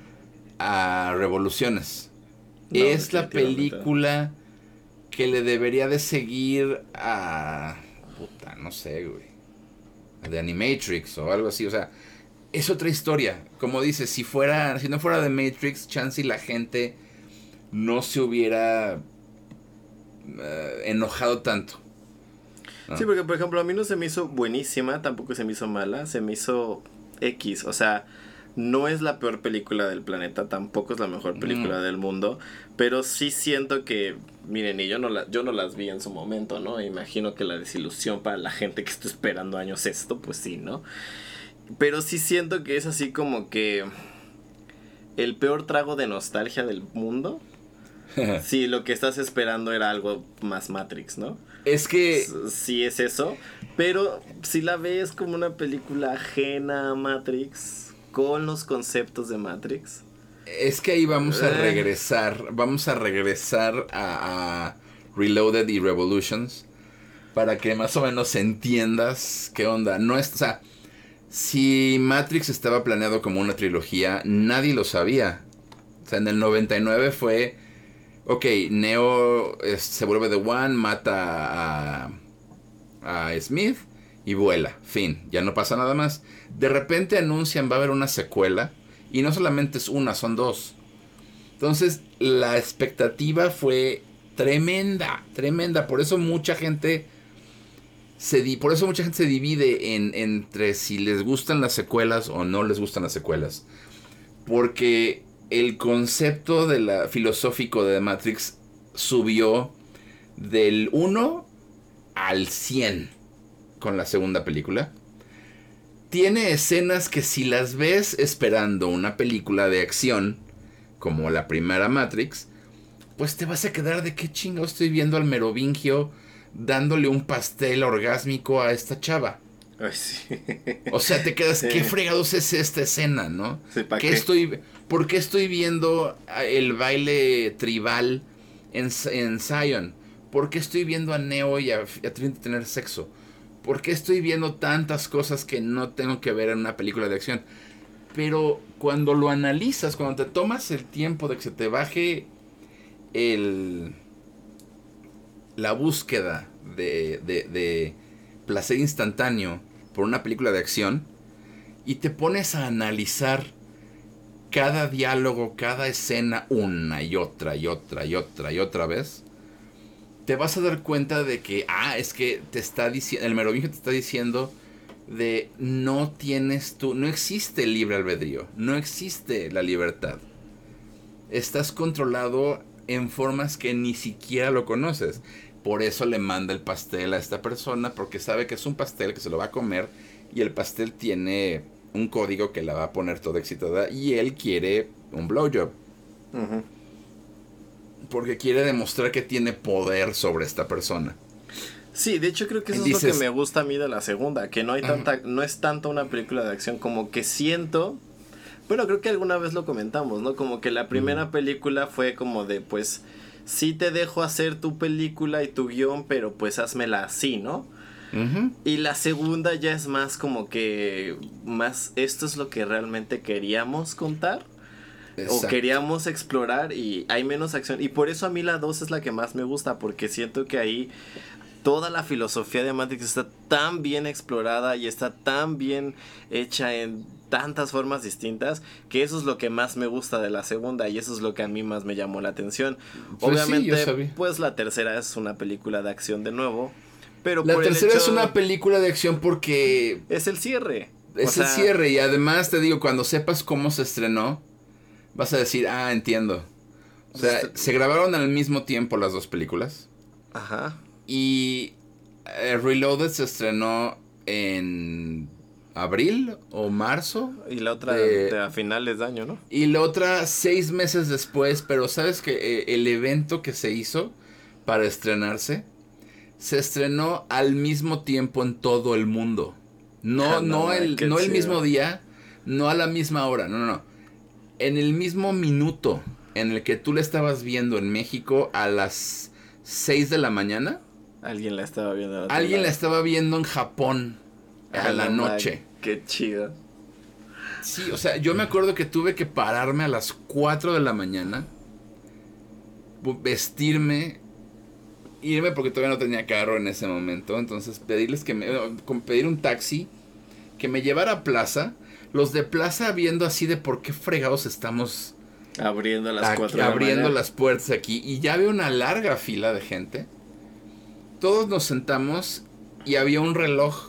a Revoluciones. No, es la película que le debería de seguir a... Puta, no sé, güey. De Animatrix o algo así, o sea, es otra historia. Como dices, si fuera, si no fuera de Matrix, chance y la gente no se hubiera uh, enojado tanto, ¿no? Sí, porque por ejemplo a mí no se me hizo buenísima, tampoco se me hizo mala, se me hizo X, o sea, no es la peor película del planeta, tampoco es la mejor película mm. del mundo, pero sí siento que, miren, y yo no, la, yo no las vi en su momento, ¿no? Imagino que la desilusión para la gente que está esperando años esto, pues sí, ¿no? Pero sí siento que es así como que el peor trago de nostalgia del mundo. Sí, lo que estás esperando era algo más Matrix, ¿no? Es que... Sí es eso, pero si la ves como una película ajena a Matrix... con los conceptos de Matrix. Es que ahí vamos a regresar, vamos a regresar a, a Reloaded y Revolutions para que más o menos entiendas qué onda. No es, o sea, si Matrix estaba planeado como una trilogía, nadie lo sabía. O sea, en el noventa y nueve fue, ok, Neo es, se vuelve The One, mata a, a Smith y vuela, fin, ya no pasa nada más. De repente anuncian va a haber una secuela y no solamente es una, son dos. Entonces la expectativa fue tremenda, tremenda. Por eso mucha gente se di, por eso mucha gente se divide en entre si les gustan las secuelas o no les gustan las secuelas. Porque el concepto de la filosófico de Matrix subió del uno al cien con la segunda película. Tiene escenas que si las ves esperando una película de acción, como la primera Matrix, pues te vas a quedar de qué chingados estoy viendo al Merovingio dándole un pastel orgásmico a esta chava. Ay, sí. O sea, te quedas, sí. ¿Qué fregados es esta escena, no? Sí, ¿para ¿Qué qué? Estoy, ¿Por qué estoy viendo el baile tribal en, en Zion? ¿Por qué estoy viendo a Neo y a, a Trinity tener sexo? ¿Por qué estoy viendo tantas cosas que no tengo que ver en una película de acción? Pero cuando lo analizas, cuando te tomas el tiempo de que se te baje el, la búsqueda de, de, de placer instantáneo por una película de acción y te pones a analizar cada diálogo, cada escena una y otra y otra y otra y otra vez, te vas a dar cuenta de que, ah, es que te está diciendo, el Merovingio te está diciendo de no tienes tú, no existe el libre albedrío, no existe la libertad. Estás controlado en formas que ni siquiera lo conoces. Por eso le manda el pastel a esta persona, porque sabe que es un pastel que se lo va a comer y el pastel tiene un código que la va a poner toda excitada y él quiere un blowjob. Uh-huh. Porque quiere demostrar que tiene poder sobre esta persona. Sí, de hecho creo que eso Dices, es lo que me gusta a mí de la segunda, que no hay tanta, uh-huh. no es tanto una película de acción, como que siento, bueno, creo que alguna vez lo comentamos, ¿no? Como que la primera uh-huh. película fue como de, pues, sí te dejo hacer tu película y tu guión, pero pues házmela así, ¿no? Uh-huh. Y la segunda ya es más como que, más, esto es lo que realmente queríamos contar. Exacto. O queríamos explorar y hay menos acción. Y por eso a mí la dos es la que más me gusta, porque siento que ahí toda la filosofía de Matrix está tan bien explorada y está tan bien hecha en tantas formas distintas, que eso es lo que más me gusta de la segunda y eso es lo que a mí más me llamó la atención. Pues obviamente, sí, pues la tercera es una película de acción de nuevo, pero la por tercera el hecho, es una película de acción porque es el cierre. Es o sea, el cierre y además te digo, cuando sepas cómo se estrenó, vas a decir, ah, entiendo. O sea, este... se grabaron al mismo tiempo las dos películas. Ajá. Y eh, Reloaded se estrenó en abril o marzo. Y la otra de, de a finales de año, ¿no? Y la otra seis meses después. Pero sabes que eh, el evento que se hizo para estrenarse se estrenó al mismo tiempo en todo el mundo. No, ah, no, no, el, no el mismo día, no a la misma hora, no, no, no. En el mismo minuto en el que tú la estabas viendo en México a las seis de la mañana. Alguien la estaba viendo. Alguien la estaba viendo en Japón a, a la noche. Man, qué chido. Sí, o sea, yo me acuerdo que tuve que pararme a las cuatro de la mañana, vestirme, irme porque todavía no tenía carro en ese momento. Entonces pedirles que me, pedir un taxi que me llevara a Plaza. Los de Plaza viendo así de por qué fregados estamos abriendo las aquí, cuatro abriendo las puertas aquí. Y ya había una larga fila de gente. Todos nos sentamos y había un reloj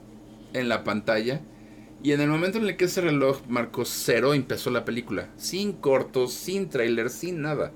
en la pantalla. Y en el momento en el que ese reloj marcó cero, empezó la película. Sin cortos, sin trailer, sin nada.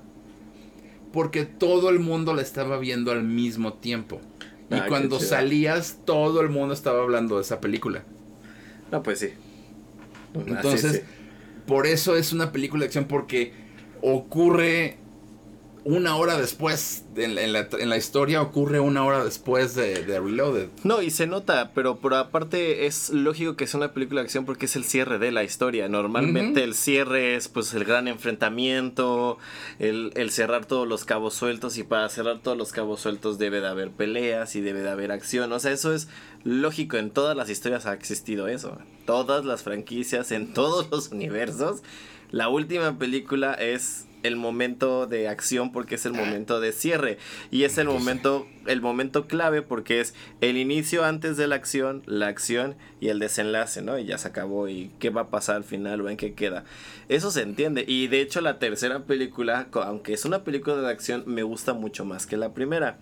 Porque todo el mundo la estaba viendo al mismo tiempo. Y ah, cuando salías, todo el mundo estaba hablando de esa película. No, pues sí. Entonces, ah, sí, sí. Por eso es una película de acción, porque ocurre una hora después, en la, en la, en la historia ocurre una hora después de, de Reloaded. No, y se nota, pero por aparte es lógico que sea una película de acción porque es el cierre de la historia. Normalmente uh-huh. el cierre es pues el gran enfrentamiento, el, el cerrar todos los cabos sueltos, y para cerrar todos los cabos sueltos debe de haber peleas y debe de haber acción. O sea, eso es lógico, en todas las historias ha existido eso. Todas las franquicias, en todos los universos, la última película es el momento de acción porque es el momento de cierre. Y es el momento, el momento clave porque es el inicio antes de la acción, la acción y el desenlace, ¿no? Y ya se acabó. ¿Y qué va a pasar al final o en qué queda? Eso se entiende. Y de hecho la tercera película, aunque es una película de acción, me gusta mucho más que la primera.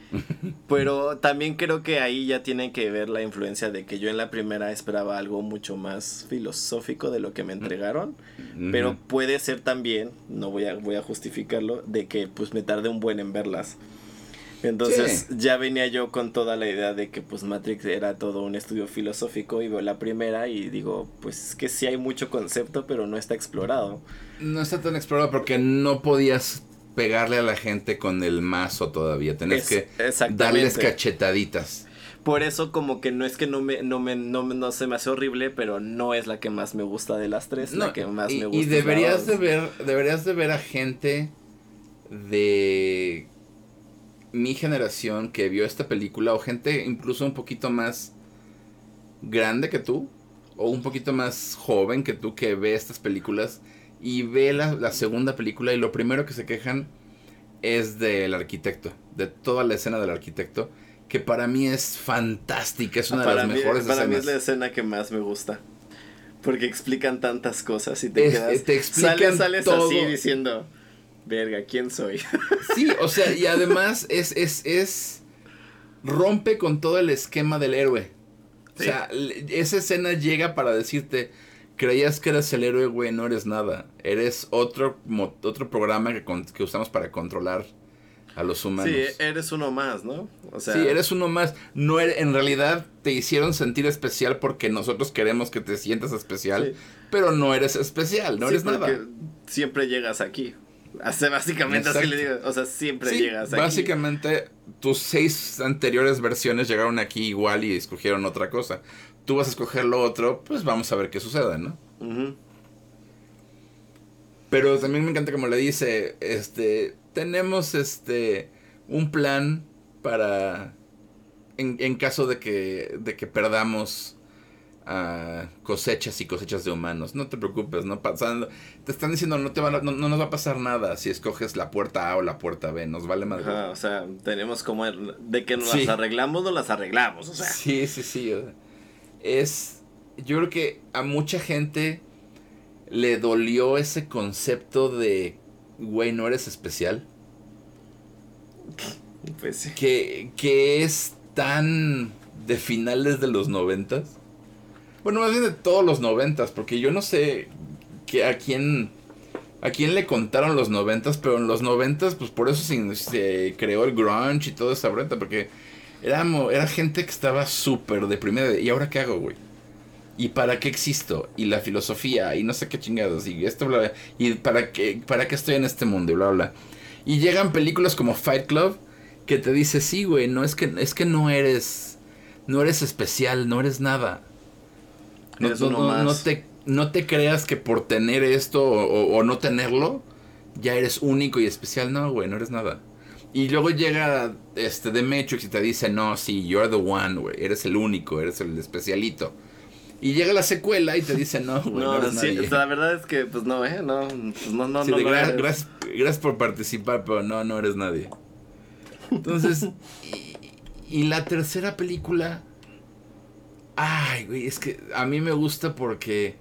Pero también creo que ahí ya tienen que ver la influencia de que yo en la primera esperaba algo mucho más filosófico de lo que me entregaron, uh-huh. pero puede ser también, no voy a, voy a justificarlo, de que pues me tardé un buen en verlas. Entonces sí. ya venía yo con toda la idea de que pues Matrix era todo un estudio filosófico, y veo la primera y digo, pues es que sí hay mucho concepto, pero no está explorado. No está tan explorado porque no podías pegarle a la gente con el mazo todavía. Tenés es, que darles cachetaditas. Por eso como que no es que no me, no me, no, no se me hace horrible, pero no es la que más me gusta de las tres. No, la que más y, me gusta. Y deberías de ver, deberías de ver a gente de mi generación que vio esta película, o gente incluso un poquito más grande que tú, o un poquito más joven que tú, que ve estas películas y ve la, la segunda película, y lo primero que se quejan es del arquitecto, de toda la escena del arquitecto, que para mí es fantástica, es una ah, de las mí, mejores para escenas. Para mí es la escena que más me gusta, porque explican tantas cosas y te es, quedas, te explican sales, sales todo. así diciendo, verga, ¿quién soy? Sí, o sea, y además es, es, es, rompe con todo el esquema del héroe. Sí. O sea, esa escena llega para decirte, creías que eres el héroe, güey, no eres nada. Eres otro, otro programa que, que usamos para controlar a los humanos. Sí, eres uno más, ¿no? O sea, sí, eres uno más. No eres, en realidad te hicieron sentir especial porque nosotros queremos que te sientas especial, sí. Pero no eres especial, no sí, eres nada. Siempre llegas aquí. Hace básicamente Exacto. Así le digo, o sea, siempre sí, llegas aquí. Básicamente tus seis anteriores versiones llegaron aquí igual y escogieron otra cosa. Tú vas a escoger lo otro, pues vamos a ver qué sucede, ¿no? Uh-huh. Pero también me encanta como le dice, este, tenemos este un plan para en, en caso de que de que perdamos uh, cosechas y cosechas de humanos. No te preocupes, no pasando. Te están diciendo no te va, no, no nos va a pasar nada si escoges la puerta A o la puerta B, nos vale más. Ajá, o sea, tenemos como el, de que nos sí. las arreglamos, nos las arreglamos, o sea. Sí, sí, sí. O sea, es yo creo que a mucha gente le dolió ese concepto de, güey, no eres especial. Pues sí. Que, que es tan de finales de los noventas. Bueno, más bien de todos los noventas, porque yo no sé que a quién a quién le contaron los noventas, pero en los noventas, pues por eso se, se creó el grunge y toda esa breta, porque era, era gente que estaba súper deprimida. De, ¿y ahora qué hago, güey? ¿Y para qué existo? Y la filosofía, y no sé qué chingados, y esto, bla, bla, y para qué, para qué estoy en este mundo, y bla, bla. Y llegan películas como Fight Club, que te dice, sí, güey, no, es que, es que no eres, no eres especial, no eres nada. No, eres no, uno no, más. no, te, no te creas que por tener esto o, o, o no tenerlo, ya eres único y especial. No, güey, no eres nada. Y luego llega este The Matrix y te dice, no, sí, you're the one, güey, eres el único, eres el especialito. Y llega la secuela y te dice, no, güey, no, no eres sí, nadie. O sea, la verdad es que, pues no, ¿eh? No, pues no, no, sí, no. De no gra- eres. gracias, gracias por participar, pero no, no eres nadie. Entonces, y, y la tercera película, ay, güey, es que a mí me gusta porque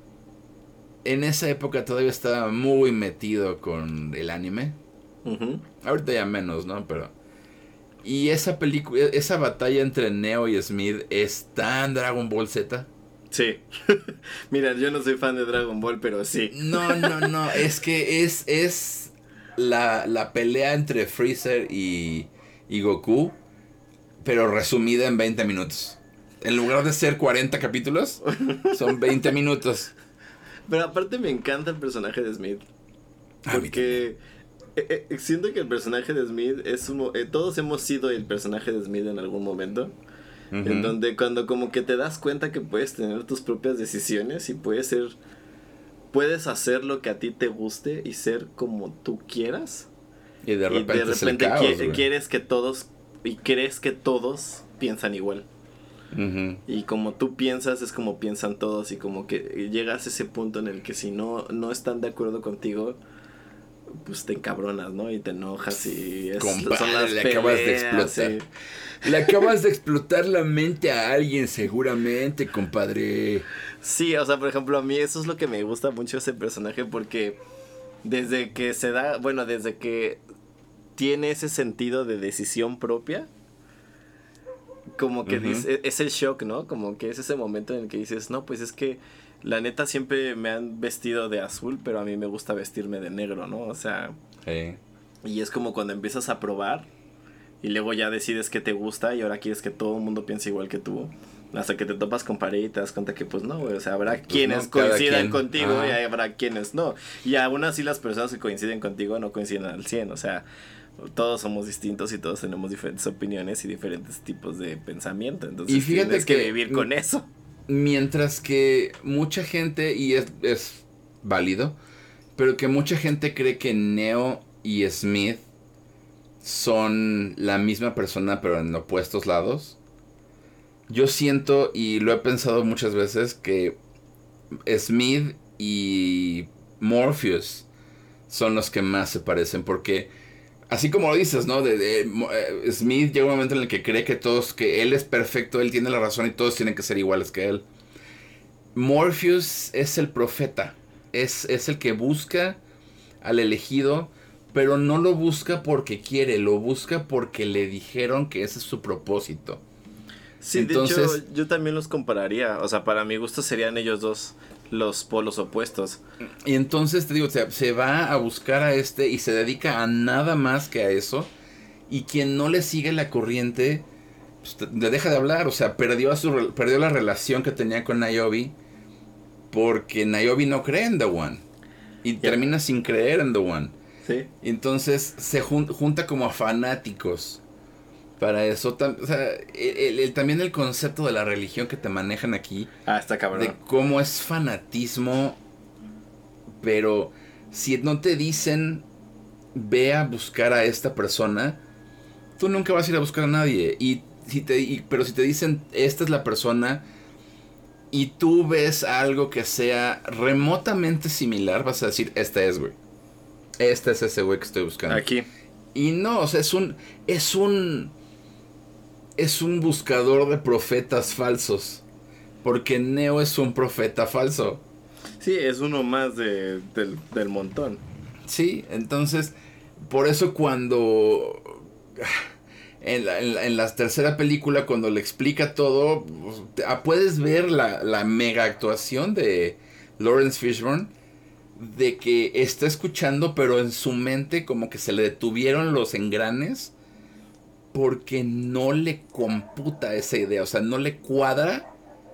en esa época todavía estaba muy metido con el anime. Uh-huh. Ahorita ya menos, ¿no? Pero... Y esa película, esa batalla entre Neo y Smith es tan Dragon Ball Z. Sí. Mira, yo no soy fan de Dragon Ball, pero sí. No, no, no. Es que es, es la, la pelea entre Freezer y, y Goku, pero resumida en veinte minutos. En lugar de ser cuarenta capítulos, son veinte minutos. Pero aparte me encanta el personaje de Smith. Porque eh, eh, siento que el personaje de Smith es un... Eh, todos hemos sido el personaje de Smith en algún momento. Uh-huh. En donde cuando como que te das cuenta que puedes tener tus propias decisiones y puedes ser, puedes hacer lo que a ti te guste y ser como tú quieras. Y de repente, y de repente es el caos, qui- quieres que todos y crees que todos piensan igual. Uh-huh. Y como tú piensas es como piensan todos y como que llegas a ese punto en el que si no no están de acuerdo contigo, pues te encabronas, ¿no? Y te enojas y es, Compadre, son las le peleas, acabas de explotar. Y... Le acabas de explotar la mente a alguien seguramente, compadre. Sí, o sea, por ejemplo, a mí eso es lo que me gusta mucho ese personaje porque desde que se da, bueno, desde que tiene ese sentido de decisión propia, como que uh-huh. dice, es el shock, ¿no? Como que es ese momento en el que dices, no, pues es que la neta siempre me han vestido de azul, pero a mí me gusta vestirme de negro, ¿no? O sea, sí. Y es como cuando empiezas a probar y luego ya decides que te gusta y ahora quieres que todo el mundo piense igual que tú. Hasta que te topas con pared y te das cuenta que pues no, güey, o sea, habrá pues quienes no, coincidan quien. contigo ah. y habrá quienes no. Y aún así las personas que coinciden contigo no coinciden al cien, o sea, todos somos distintos y todos tenemos diferentes opiniones y diferentes tipos de pensamiento. Entonces y fíjate tienes que, que vivir con eso. Mientras que mucha gente, y es, es válido, pero que mucha gente cree que Neo y Smith son la misma persona pero en opuestos lados. Yo siento, y lo he pensado muchas veces, que Smith y Morpheus son los que más se parecen, porque así como lo dices, ¿no? De, de, de, Smith llega un momento en el que cree que todos, que él es perfecto, él tiene la razón y todos tienen que ser iguales que él. Morpheus es el profeta, es, es el que busca al elegido, pero no lo busca porque quiere, lo busca porque le dijeron que ese es su propósito. Sí, entonces, de hecho, yo también los compararía. O sea, para mi gusto serían ellos dos los polos opuestos. Y entonces, te digo, o sea, se va a buscar a este y se dedica a nada más que a eso. Y quien no le sigue la corriente, pues, le deja de hablar. O sea, perdió, a su, perdió la relación que tenía con Niobe porque Niobe no cree en The One. Y yeah. termina sin creer en The One. Sí. Entonces se jun, junta como a fanáticos para eso. O sea, el, el, también el concepto de la religión que te manejan aquí. Ah, está cabrón. De cómo es fanatismo. Pero si no te dicen, ve a buscar a esta persona, tú nunca vas a ir a buscar a nadie. Y si te, y, pero si te dicen, esta es la persona, y tú ves algo que sea remotamente similar, vas a decir, esta es, güey. Este es ese güey que estoy buscando. Aquí. Y no, o sea, es un... Es un... Es un buscador de profetas falsos. Porque Neo es un profeta falso. Sí, es uno más de, del, del montón. Sí, entonces... Por eso cuando... En la, en, la, en la tercera película, cuando le explica todo... Puedes ver la, la mega actuación de Lawrence Fishburne. De que está escuchando, pero en su mente como que se le detuvieron los engranes porque no le computa esa idea, o sea, no le cuadra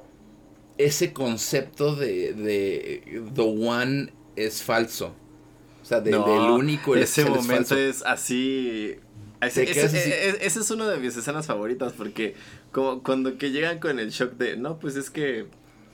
ese concepto de, de The One es falso. O sea, de, no, del único ese momento es, es así. Ese, ese, así? Ese, ese es una de mis escenas favoritas porque como cuando que llegan con el shock de no, pues es que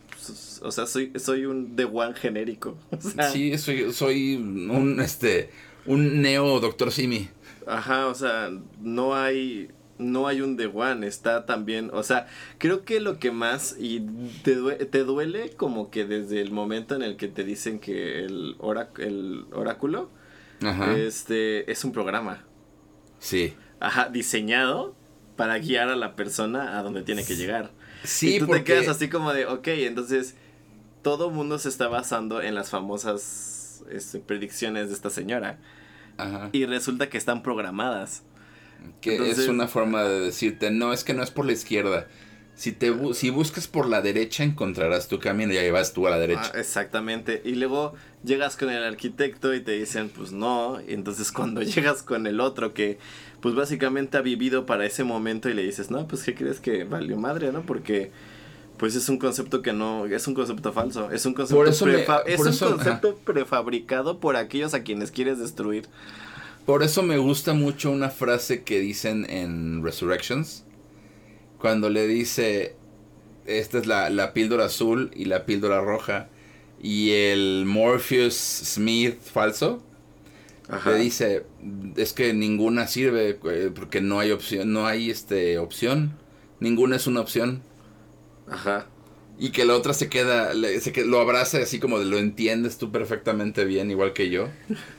o sea, soy, soy un The One genérico. O sea, sí, soy, soy un este un neo Doctor Simi. Ajá, o sea, no hay no hay un The One, está también, o sea, creo que lo que más y te duele, te duele como que desde el momento en el que te dicen que el, orac- el oráculo Ajá. este es un programa. Sí. Ajá, diseñado para guiar a la persona a donde tiene que llegar. Sí, y tú porque... te quedas así como de, ok, entonces todo mundo se está basando en las famosas este, predicciones de esta señora. Ajá. Y resulta que están programadas. Que entonces, es una forma de decirte, no, es que no es por la izquierda. Si te bu- si buscas por la derecha encontrarás tu camino y ahí vas tú a la derecha. Ah, exactamente. Y luego llegas con el arquitecto y te dicen, pues no. Y entonces cuando llegas con el otro que pues básicamente ha vivido para ese momento y le dices, no, pues ¿qué crees que valió madre, no? Porque pues es un concepto que no, es un concepto falso, es un concepto, prefa- me, es un eso, concepto prefabricado por aquellos a quienes quieres destruir. Por eso me gusta mucho una frase que dicen en Resurrections, cuando le dice, esta es la, la píldora azul y la píldora roja, y el Morpheus Smith falso, Ajá. le dice, es que ninguna sirve porque no hay opción, no hay este opción, ninguna es una opción. Ajá. Y que la otra se queda, le, se que lo abraza así como de lo entiendes tú perfectamente bien, igual que yo.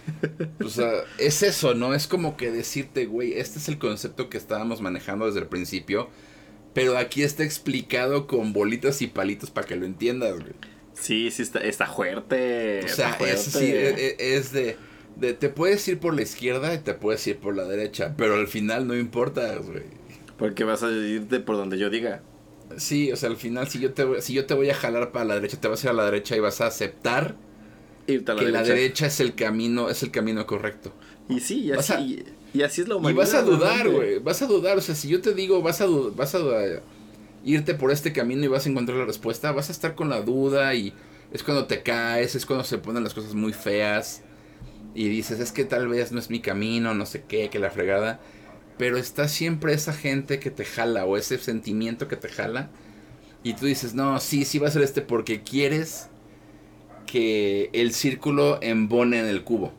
O sea, es eso, ¿no? Es como que decirte, güey, este es el concepto que estábamos manejando desde el principio, pero aquí está explicado con bolitas y palitos para que lo entiendas, güey. Sí, sí, está, está fuerte. O sea, fuerte. es, sí, es, es de, de, te puedes ir por la izquierda y te puedes ir por la derecha, pero al final no importa, güey. Porque vas a irte por donde yo diga. Sí, o sea, al final si yo te si yo te voy a jalar para la derecha, te vas a ir a la derecha y vas a aceptar Irte a la que derecha. la derecha es el camino, es el camino correcto. Y sí, y así, a, y, y así es la humanidad. Y vas a dudar, güey, vas a dudar, o sea, si yo te digo, vas a dudar, vas a dudar, irte por este camino y vas a encontrar la respuesta, vas a estar con la duda y es cuando te caes, es cuando se ponen las cosas muy feas y dices, es que tal vez no es mi camino, no sé qué, que la fregada. Pero está siempre esa gente que te jala o ese sentimiento que te jala. Y tú dices, no, sí, sí va a ser este porque quieres que el círculo embone en el cubo.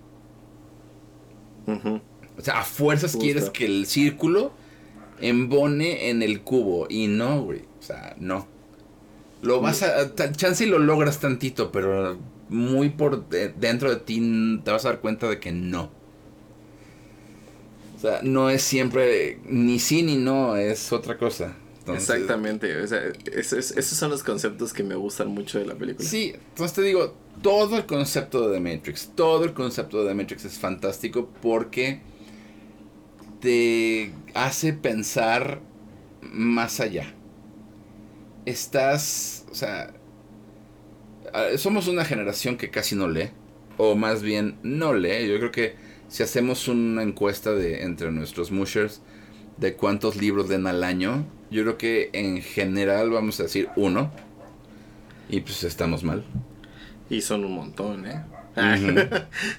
Uh-huh. O sea, a fuerzas Justo. Quieres que el círculo embone en el cubo. Y no, güey. O sea, no. Lo vas a... Chance y lo logras tantito, pero muy por de, dentro de ti te vas a dar cuenta de que no. O sea, no es siempre ni sí ni no, es otra cosa. Entonces, exactamente, o sea, es, es, esos son los conceptos que me gustan mucho de la película. Sí, entonces te digo, todo el concepto de The Matrix, todo el concepto de The Matrix es fantástico porque te hace pensar más allá. Estás, o sea, somos una generación que casi no lee, o más bien no lee, yo creo que si hacemos una encuesta de entre nuestros mushers de cuántos libros leen al año, yo creo que en general vamos a decir uno. Y pues estamos mal. Y son un montón, ¿eh? Uh-huh.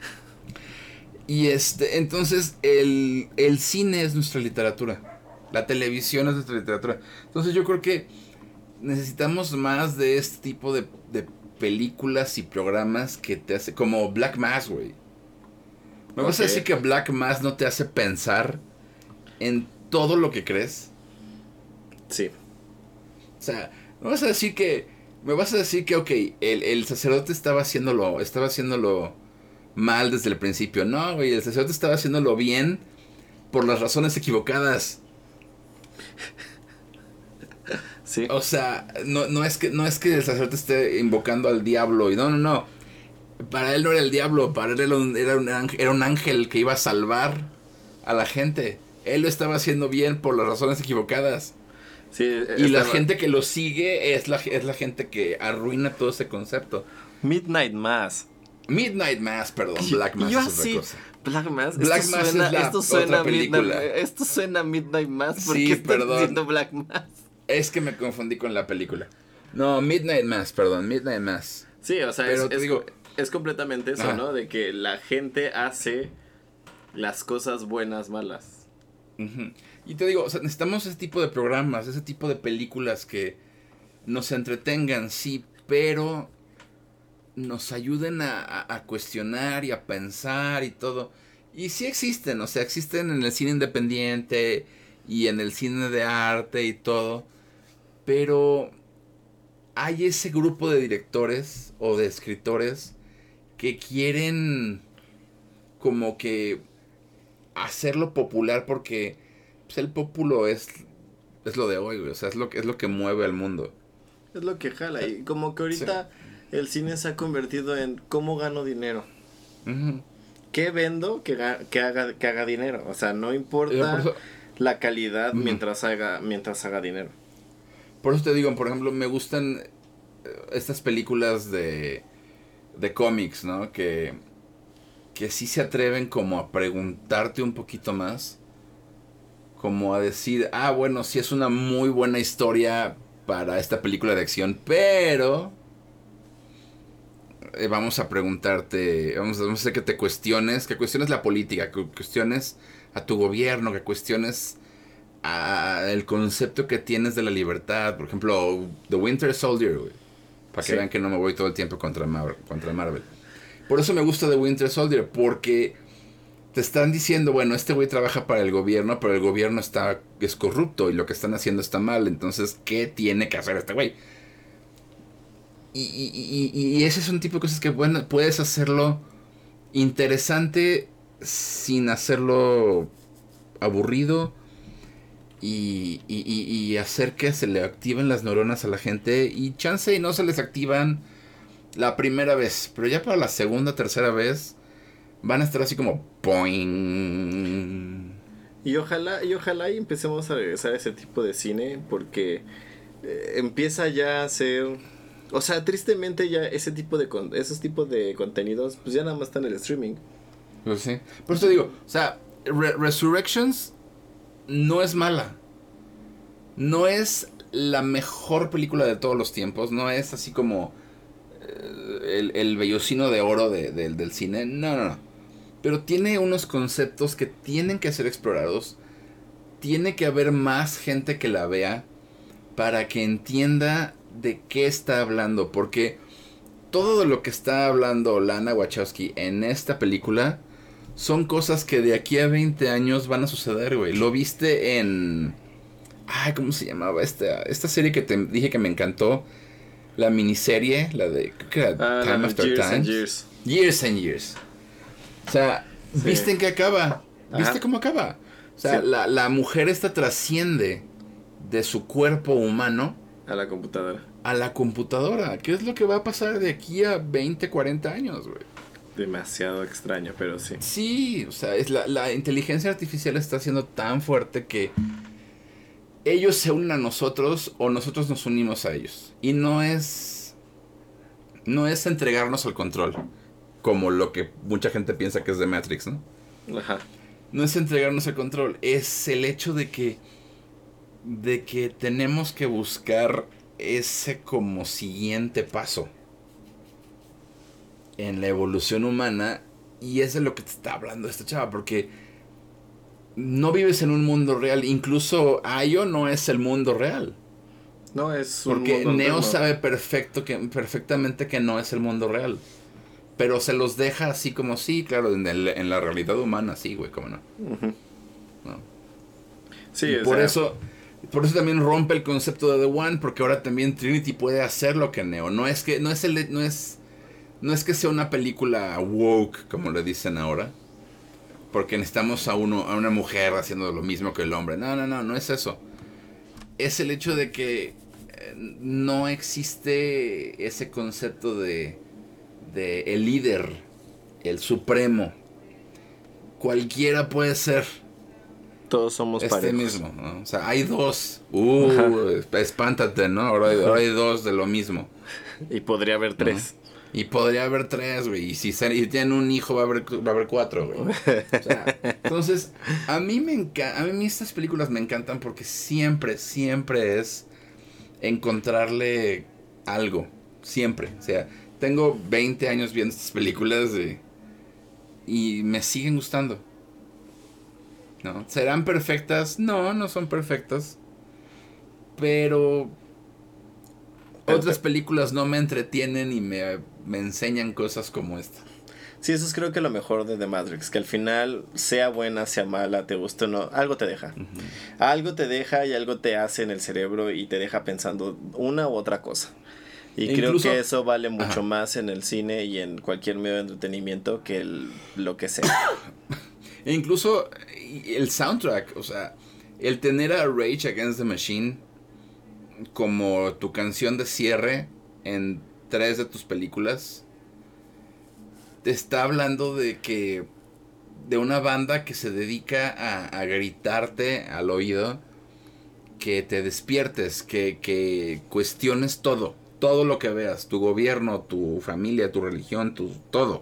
Y este, entonces el, el cine es nuestra literatura. La televisión es nuestra literatura. Entonces yo creo que necesitamos más de este tipo de, de películas y programas que te hace... Como Black Mass, güey. ¿Me okay. vas a decir que Black Mass no te hace pensar en todo lo que crees? Sí. O sea, me vas a decir que... Me vas a decir que, ok, el, el sacerdote estaba haciéndolo... Estaba haciéndolo mal desde el principio. No, güey, el sacerdote estaba haciéndolo bien por las razones equivocadas. Sí. O sea, no, no, es que, no es que el sacerdote esté invocando al diablo. Y no, no, no. Para él no era el diablo. Para él era un, era un, ángel, era un ángel que iba a salvar a la gente. Él lo estaba haciendo bien por las razones equivocadas. Sí, y la gente que lo sigue es la, es la gente que arruina todo ese concepto. Midnight Mass. Midnight Mass, perdón. Black Mass yo es así, otra cosa. Black Mass. Black esto Mass suena, es la esto suena otra película. Midnight, esto suena Midnight Mass. ¿Por Sí, qué estás perdón. diciendo Black Mass? Es que me confundí con la película. No, Midnight Mass, perdón. Midnight Mass. Sí, o sea, Pero es, te es, digo, es completamente eso, ajá. ¿no? De que la gente hace las cosas buenas malas. Uh-huh. Y te digo, o sea, necesitamos ese tipo de programas, ese tipo de películas que nos entretengan, sí, pero nos ayuden a, a, a cuestionar y a pensar y todo. Y sí existen, o sea, existen en el cine independiente y en el cine de arte y todo, pero hay ese grupo de directores o de escritores que quieren como que hacerlo popular porque pues, el populo es, es lo de hoy, güey. O sea, es lo, que, es lo que mueve al mundo. Es lo que jala. Y como que ahorita sí. el cine se ha convertido en cómo gano dinero. Uh-huh. ¿Qué vendo que, ga- que, haga, que haga dinero? O sea, no importa eso, la calidad uh-huh. mientras, haga, mientras haga dinero. Por eso te digo, por ejemplo, me gustan estas películas de, de cómics, ¿no? Que... que sí se atreven como a preguntarte un poquito más, como a decir, ah, bueno, sí es una muy buena historia para esta película de acción, pero eh, vamos a preguntarte, vamos, vamos a hacer que te cuestiones, que cuestiones la política, que cuestiones a tu gobierno, que cuestiones a el concepto que tienes de la libertad. Por ejemplo, The Winter Soldier, güey, para que sí. vean que no me voy todo el tiempo contra Marvel, contra Marvel. Por eso me gusta The Winter Soldier, porque te están diciendo, bueno, este güey trabaja para el gobierno, pero el gobierno está es corrupto y lo que están haciendo está mal, entonces, ¿qué tiene que hacer este güey? Y, y, y, y ese es un tipo de cosas que, bueno, puedes hacerlo interesante sin hacerlo aburrido y, y, y, y hacer que se le activen las neuronas a la gente y chance y no se les activan la primera vez, pero ya para la segunda, tercera vez van a estar así como poing. Y ojalá, y ojalá y empecemos a regresar a ese tipo de cine porque eh, empieza ya a ser, o sea, tristemente ya ese tipo de con, esos tipos de contenidos pues ya nada más están en el streaming. Pues sí. Por eso te digo, o sea, Re- Resurrections no es mala. No es la mejor película de todos los tiempos, no es así como El, el vellocino de oro de, de, del cine. No, no, no. Pero tiene unos conceptos que tienen que ser explorados. Tiene que haber más gente que la vea para que entienda de qué está hablando. Porque todo de lo que está hablando Lana Wachowski en esta película son cosas que de aquí a veinte años van a suceder, güey. Lo viste en... Ay, ¿cómo se llamaba esta, esta serie que te dije que me encantó? La miniserie, la de creo que era ah, Time After Years Time. And Years. Years and Years. O sea, sí. ¿Viste en qué acaba? ¿Viste Ajá. cómo acaba? O sea, sí. la, la mujer esta trasciende de su cuerpo humano a la computadora. A la computadora. ¿Qué es lo que va a pasar de aquí a veinte, cuarenta años, güey? Demasiado extraño, pero sí. Sí, o sea, es la, la inteligencia artificial está siendo tan fuerte que ellos se unen a nosotros o nosotros nos unimos a ellos. Y no es... No es entregarnos al control. Como lo que mucha gente piensa que es de Matrix, ¿no? Ajá. No es entregarnos el control, es el hecho de que de que tenemos que buscar ese como siguiente paso en la evolución humana, y es de lo que te está hablando esta chava, porque no vives en un mundo real, incluso Ayo no es el mundo real. No es un Porque mundo Neo alterno. sabe perfecto que, perfectamente que no es el mundo real. Pero se los deja así como sí, claro, en, el, en la realidad humana, sí, güey, cómo no. Uh-huh. ¿No? Sí, Y o por sea, eso, por eso también rompe el concepto de The One, porque ahora también Trinity puede hacer lo que Neo. No es que, no es el, no es, no es que sea una película woke, como le dicen ahora. Porque necesitamos a uno, a una mujer haciendo lo mismo que el hombre. No, no, no, no es eso. Es el hecho de que eh, no existe ese concepto de, de el líder, el supremo. Cualquiera puede ser todos somos este parejos. mismo, ¿no? O sea, hay dos. Uh, espántate, ¿no? Ahora hay, ahora hay dos de lo mismo. Y podría haber tres. ¿No? Y podría haber tres, güey. Y si se, tienen un hijo, va a haber, va a haber cuatro, güey. O sea, entonces, a mí me encanta. A mí estas películas me encantan porque siempre, siempre es encontrarle algo. Siempre. O sea, tengo veinte años viendo estas películas y, y me siguen gustando. ¿No? ¿Serán perfectas? No, no son perfectas. Pero otras películas no me entretienen y me, me enseñan cosas como esta. Sí, eso es creo que lo mejor de The Matrix, que al final, sea buena, sea mala, te guste o no, algo te deja. Uh-huh. Algo te deja y algo te hace en el cerebro y te deja pensando una u otra cosa. Y e creo incluso, que eso vale mucho ajá. más en el cine y en cualquier medio de entretenimiento que el, lo que sea. E incluso el soundtrack, o sea, el tener a Rage Against the Machine como tu canción de cierre en tres de tus películas, te está hablando de que de una banda que se dedica a, a gritarte al oído, que te despiertes, que, que cuestiones todo, todo lo que veas, tu gobierno, tu familia, tu religión, tu todo.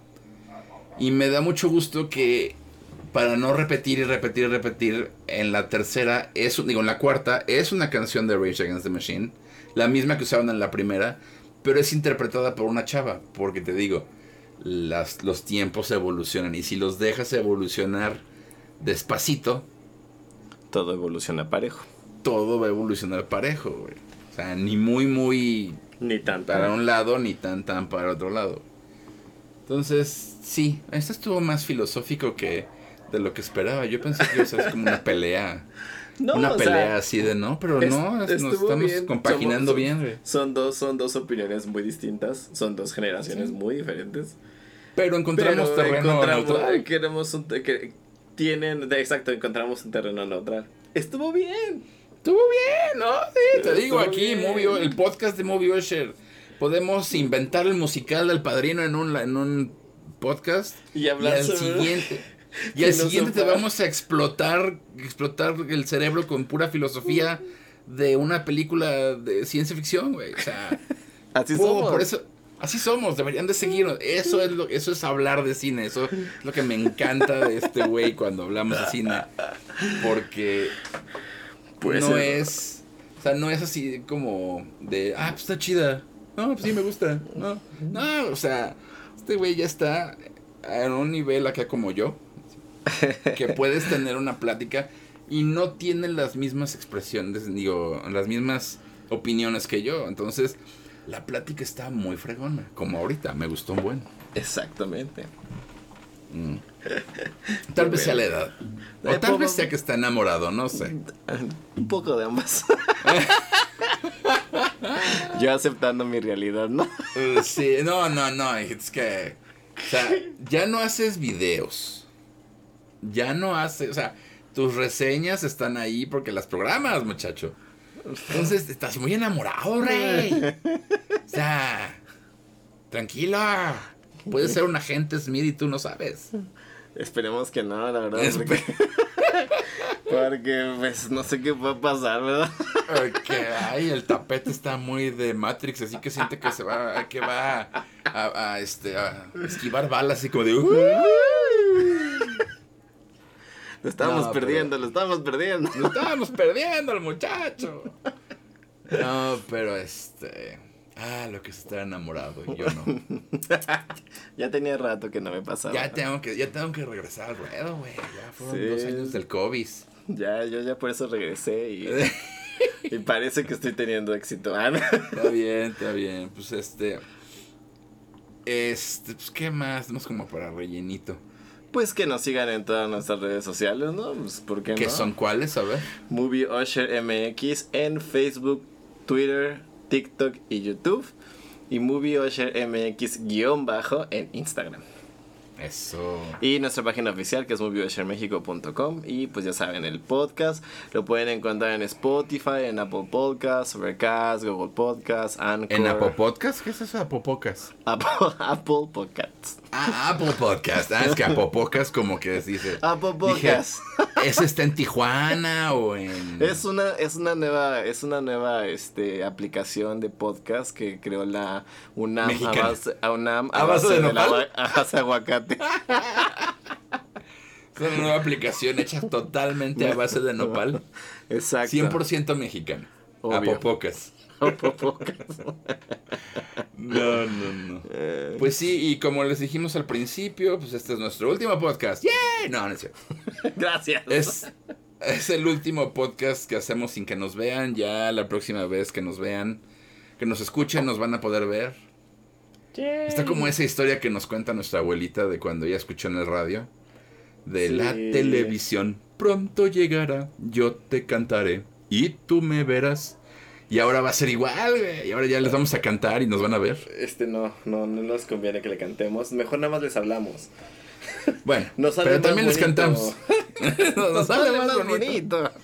Y me da mucho gusto que, para no repetir y repetir y repetir, en la tercera, es, digo, en la cuarta, es una canción de Rage Against the Machine, la misma que usaban en la primera, pero es interpretada por una chava, porque te digo, las, los tiempos evolucionan, y si los dejas evolucionar despacito, todo evoluciona parejo. Todo va a evolucionar parejo, güey. O sea, ni muy, muy... Ni tan para tan. un lado, ni tan, tan para otro lado. Entonces, sí, esto estuvo más filosófico que de lo que esperaba. Yo pensé que iba a ser como una pelea. No, una pelea sea, así de no, pero es, no, nos estamos bien. compaginando Somos, bien, güey. Son dos, son dos opiniones muy distintas, son dos generaciones sí. muy diferentes. Pero encontramos pero terreno encontramos, neutral. Queremos un te que tienen, de, exacto, encontramos un terreno neutral. Estuvo bien. Estuvo bien, ¿no? Sí, te digo, Estuvo aquí Movie, el podcast de Movie Usher. Podemos inventar el musical del Padrino en un, en un podcast. Y hablar y al sobre... siguiente, y al siguiente te vamos a explotar, explotar el cerebro con pura filosofía de una película de ciencia ficción, güey. O sea, así po, somos. Por eso, así somos, deberían de seguirnos. Eso es lo, eso es hablar de cine. Eso es lo que me encanta de este güey cuando hablamos de cine. Porque pues no es, o sea, no es así como de, ah, pues está chida. No, pues sí me gusta. No, no, o sea, este güey ya está en un nivel acá como yo, que puedes tener una plática y no tiene las mismas expresiones, digo, las mismas opiniones que yo. Entonces, la plática está muy fregona, como ahorita, me gustó un buen. Exactamente. Mm. Tal vez sea la edad. O eh, tal vez sea que está enamorado, no sé. Un poco de ambas. Yo aceptando mi realidad, ¿no? Uh, sí, no, no, no, es que, o sea, ya no haces videos. Ya no haces, o sea, tus reseñas están ahí porque las programas, muchacho. Entonces, estás muy enamorado, rey. O sea, tranquila. Puedes ser un agente Smith y tú no sabes. Esperemos que no, la verdad. Porque, porque pues no sé qué va a pasar, ¿verdad? Porque ay, el tapete está muy de Matrix, así que siente que se va, que va a, a, a este, a esquivar balas, así como de. Uh, Lo estábamos No, perdiendo, pero... lo estábamos perdiendo. Lo estábamos perdiendo al muchacho. No, pero este... Ah, lo que es estar enamorado y yo no. Ya tenía rato que no me pasaba. Ya tengo que, ya tengo que regresar al ruedo, güey. Ya fueron sí. dos años del COVID. Ya, yo ya por eso regresé y... y parece que estoy teniendo éxito. Está bien, está bien. Pues este... Este, pues qué más, no es como para rellenito. Pues que nos sigan en todas nuestras redes sociales, ¿no? Pues ¿por qué no? ¿Qué son cuáles? A ver. Movie Usher M X en Facebook, Twitter, TikTok y YouTube. Y Movie Usher M X guión bajo en Instagram. Eso. Y nuestra página oficial que es movie usher mexico punto com. Y pues ya saben, el podcast lo pueden encontrar en Spotify, en Apple Podcasts, Overcast, Google Podcasts, Anchor. ¿En Apple Podcasts? ¿Qué es eso de Apple Podcasts? Apple, Apple Podcasts. Ah, Apple Podcasts. Ah, es que Apple Podcasts como que dice. Apple Podcasts. ¿Ese está en Tijuana o en...? Es una, es una nueva, es una nueva este, aplicación de podcast que creó la UNAM a base, a UNAM a, ¿A base, base de, de nopal? La, a base de aguacate. Es una nueva aplicación hecha totalmente a base de nopal. Exacto. cien por ciento mexicana. Apple Podcasts. Apple Podcasts. No, no, no. Eh. Pues sí, y como les dijimos al principio, pues este es nuestro último podcast. ¡Yay! No, no es cierto. Gracias. Es, es el último podcast que hacemos sin que nos vean. Ya la próxima vez que nos vean, que nos escuchen, nos van a poder ver. Yay. Está como esa historia que nos cuenta nuestra abuelita de cuando ella escuchó en el radio. De sí. La televisión. Pronto llegará, yo te cantaré y tú me verás. Y ahora va a ser igual, güey. Y ahora ya les vamos a cantar y nos van a ver. Este no, no, no nos conviene que le cantemos. Mejor nada más les hablamos. Bueno, nos pero también bonito. Les cantamos. nos, nos, nos sale, sale más, más bonito. bonito.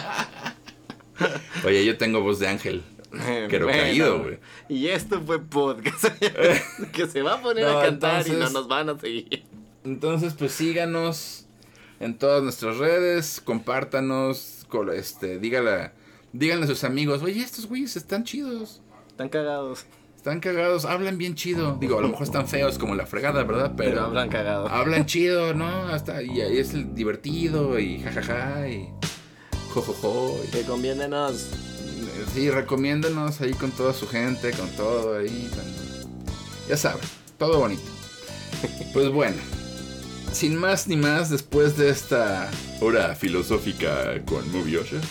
Oye, yo tengo voz de ángel. Pero bueno, caído, güey. Y esto fue podcast. Que se va a poner no, a cantar entonces, y no nos van a seguir. Entonces, pues síganos en todas nuestras redes. Compártanos. Este, dígala. Díganle a sus amigos, oye, estos güeyes están chidos. Están cagados. Están cagados, hablan bien chido. Digo, a lo mejor están feos como la fregada, ¿verdad? Pero, Pero hablan cagado. Hablan chido, ¿no? Hasta, y ahí es el divertido y jajaja y jojojo. Y... Recomiéndenos. Sí, recomiéndenos ahí con toda su gente, con todo ahí. Con... Ya saben, todo bonito. Pues bueno, sin más ni más, después de esta hora filosófica con Movie Usher,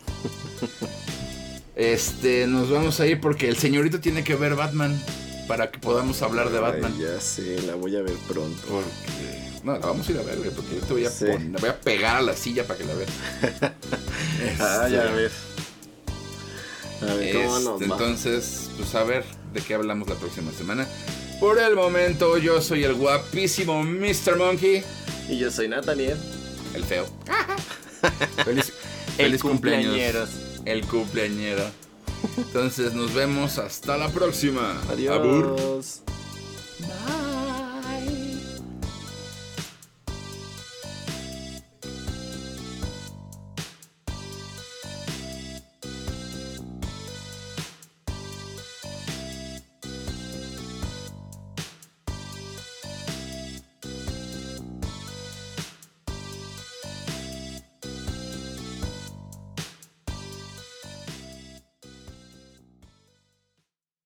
Este, nos vamos a ir porque el señorito tiene que ver Batman para que podamos hablar de Batman. Ay, ya sé, la voy a ver pronto. Porque, no, la vamos a ir a ver, güey, porque yo te voy a, sí. poner, voy a pegar a la silla para que la veas. este, ah, ya ves. A ver, ¿cómo este, nos va? Entonces, pues a ver de qué hablamos la próxima semana. Por el momento, yo soy el guapísimo mister Monkey. Y yo soy Nathaniel. El feo. Feliz, el feliz cumpleañeros. cumpleaños. El cumpleañero. Entonces nos vemos hasta la próxima. Adiós. Abur. Bye.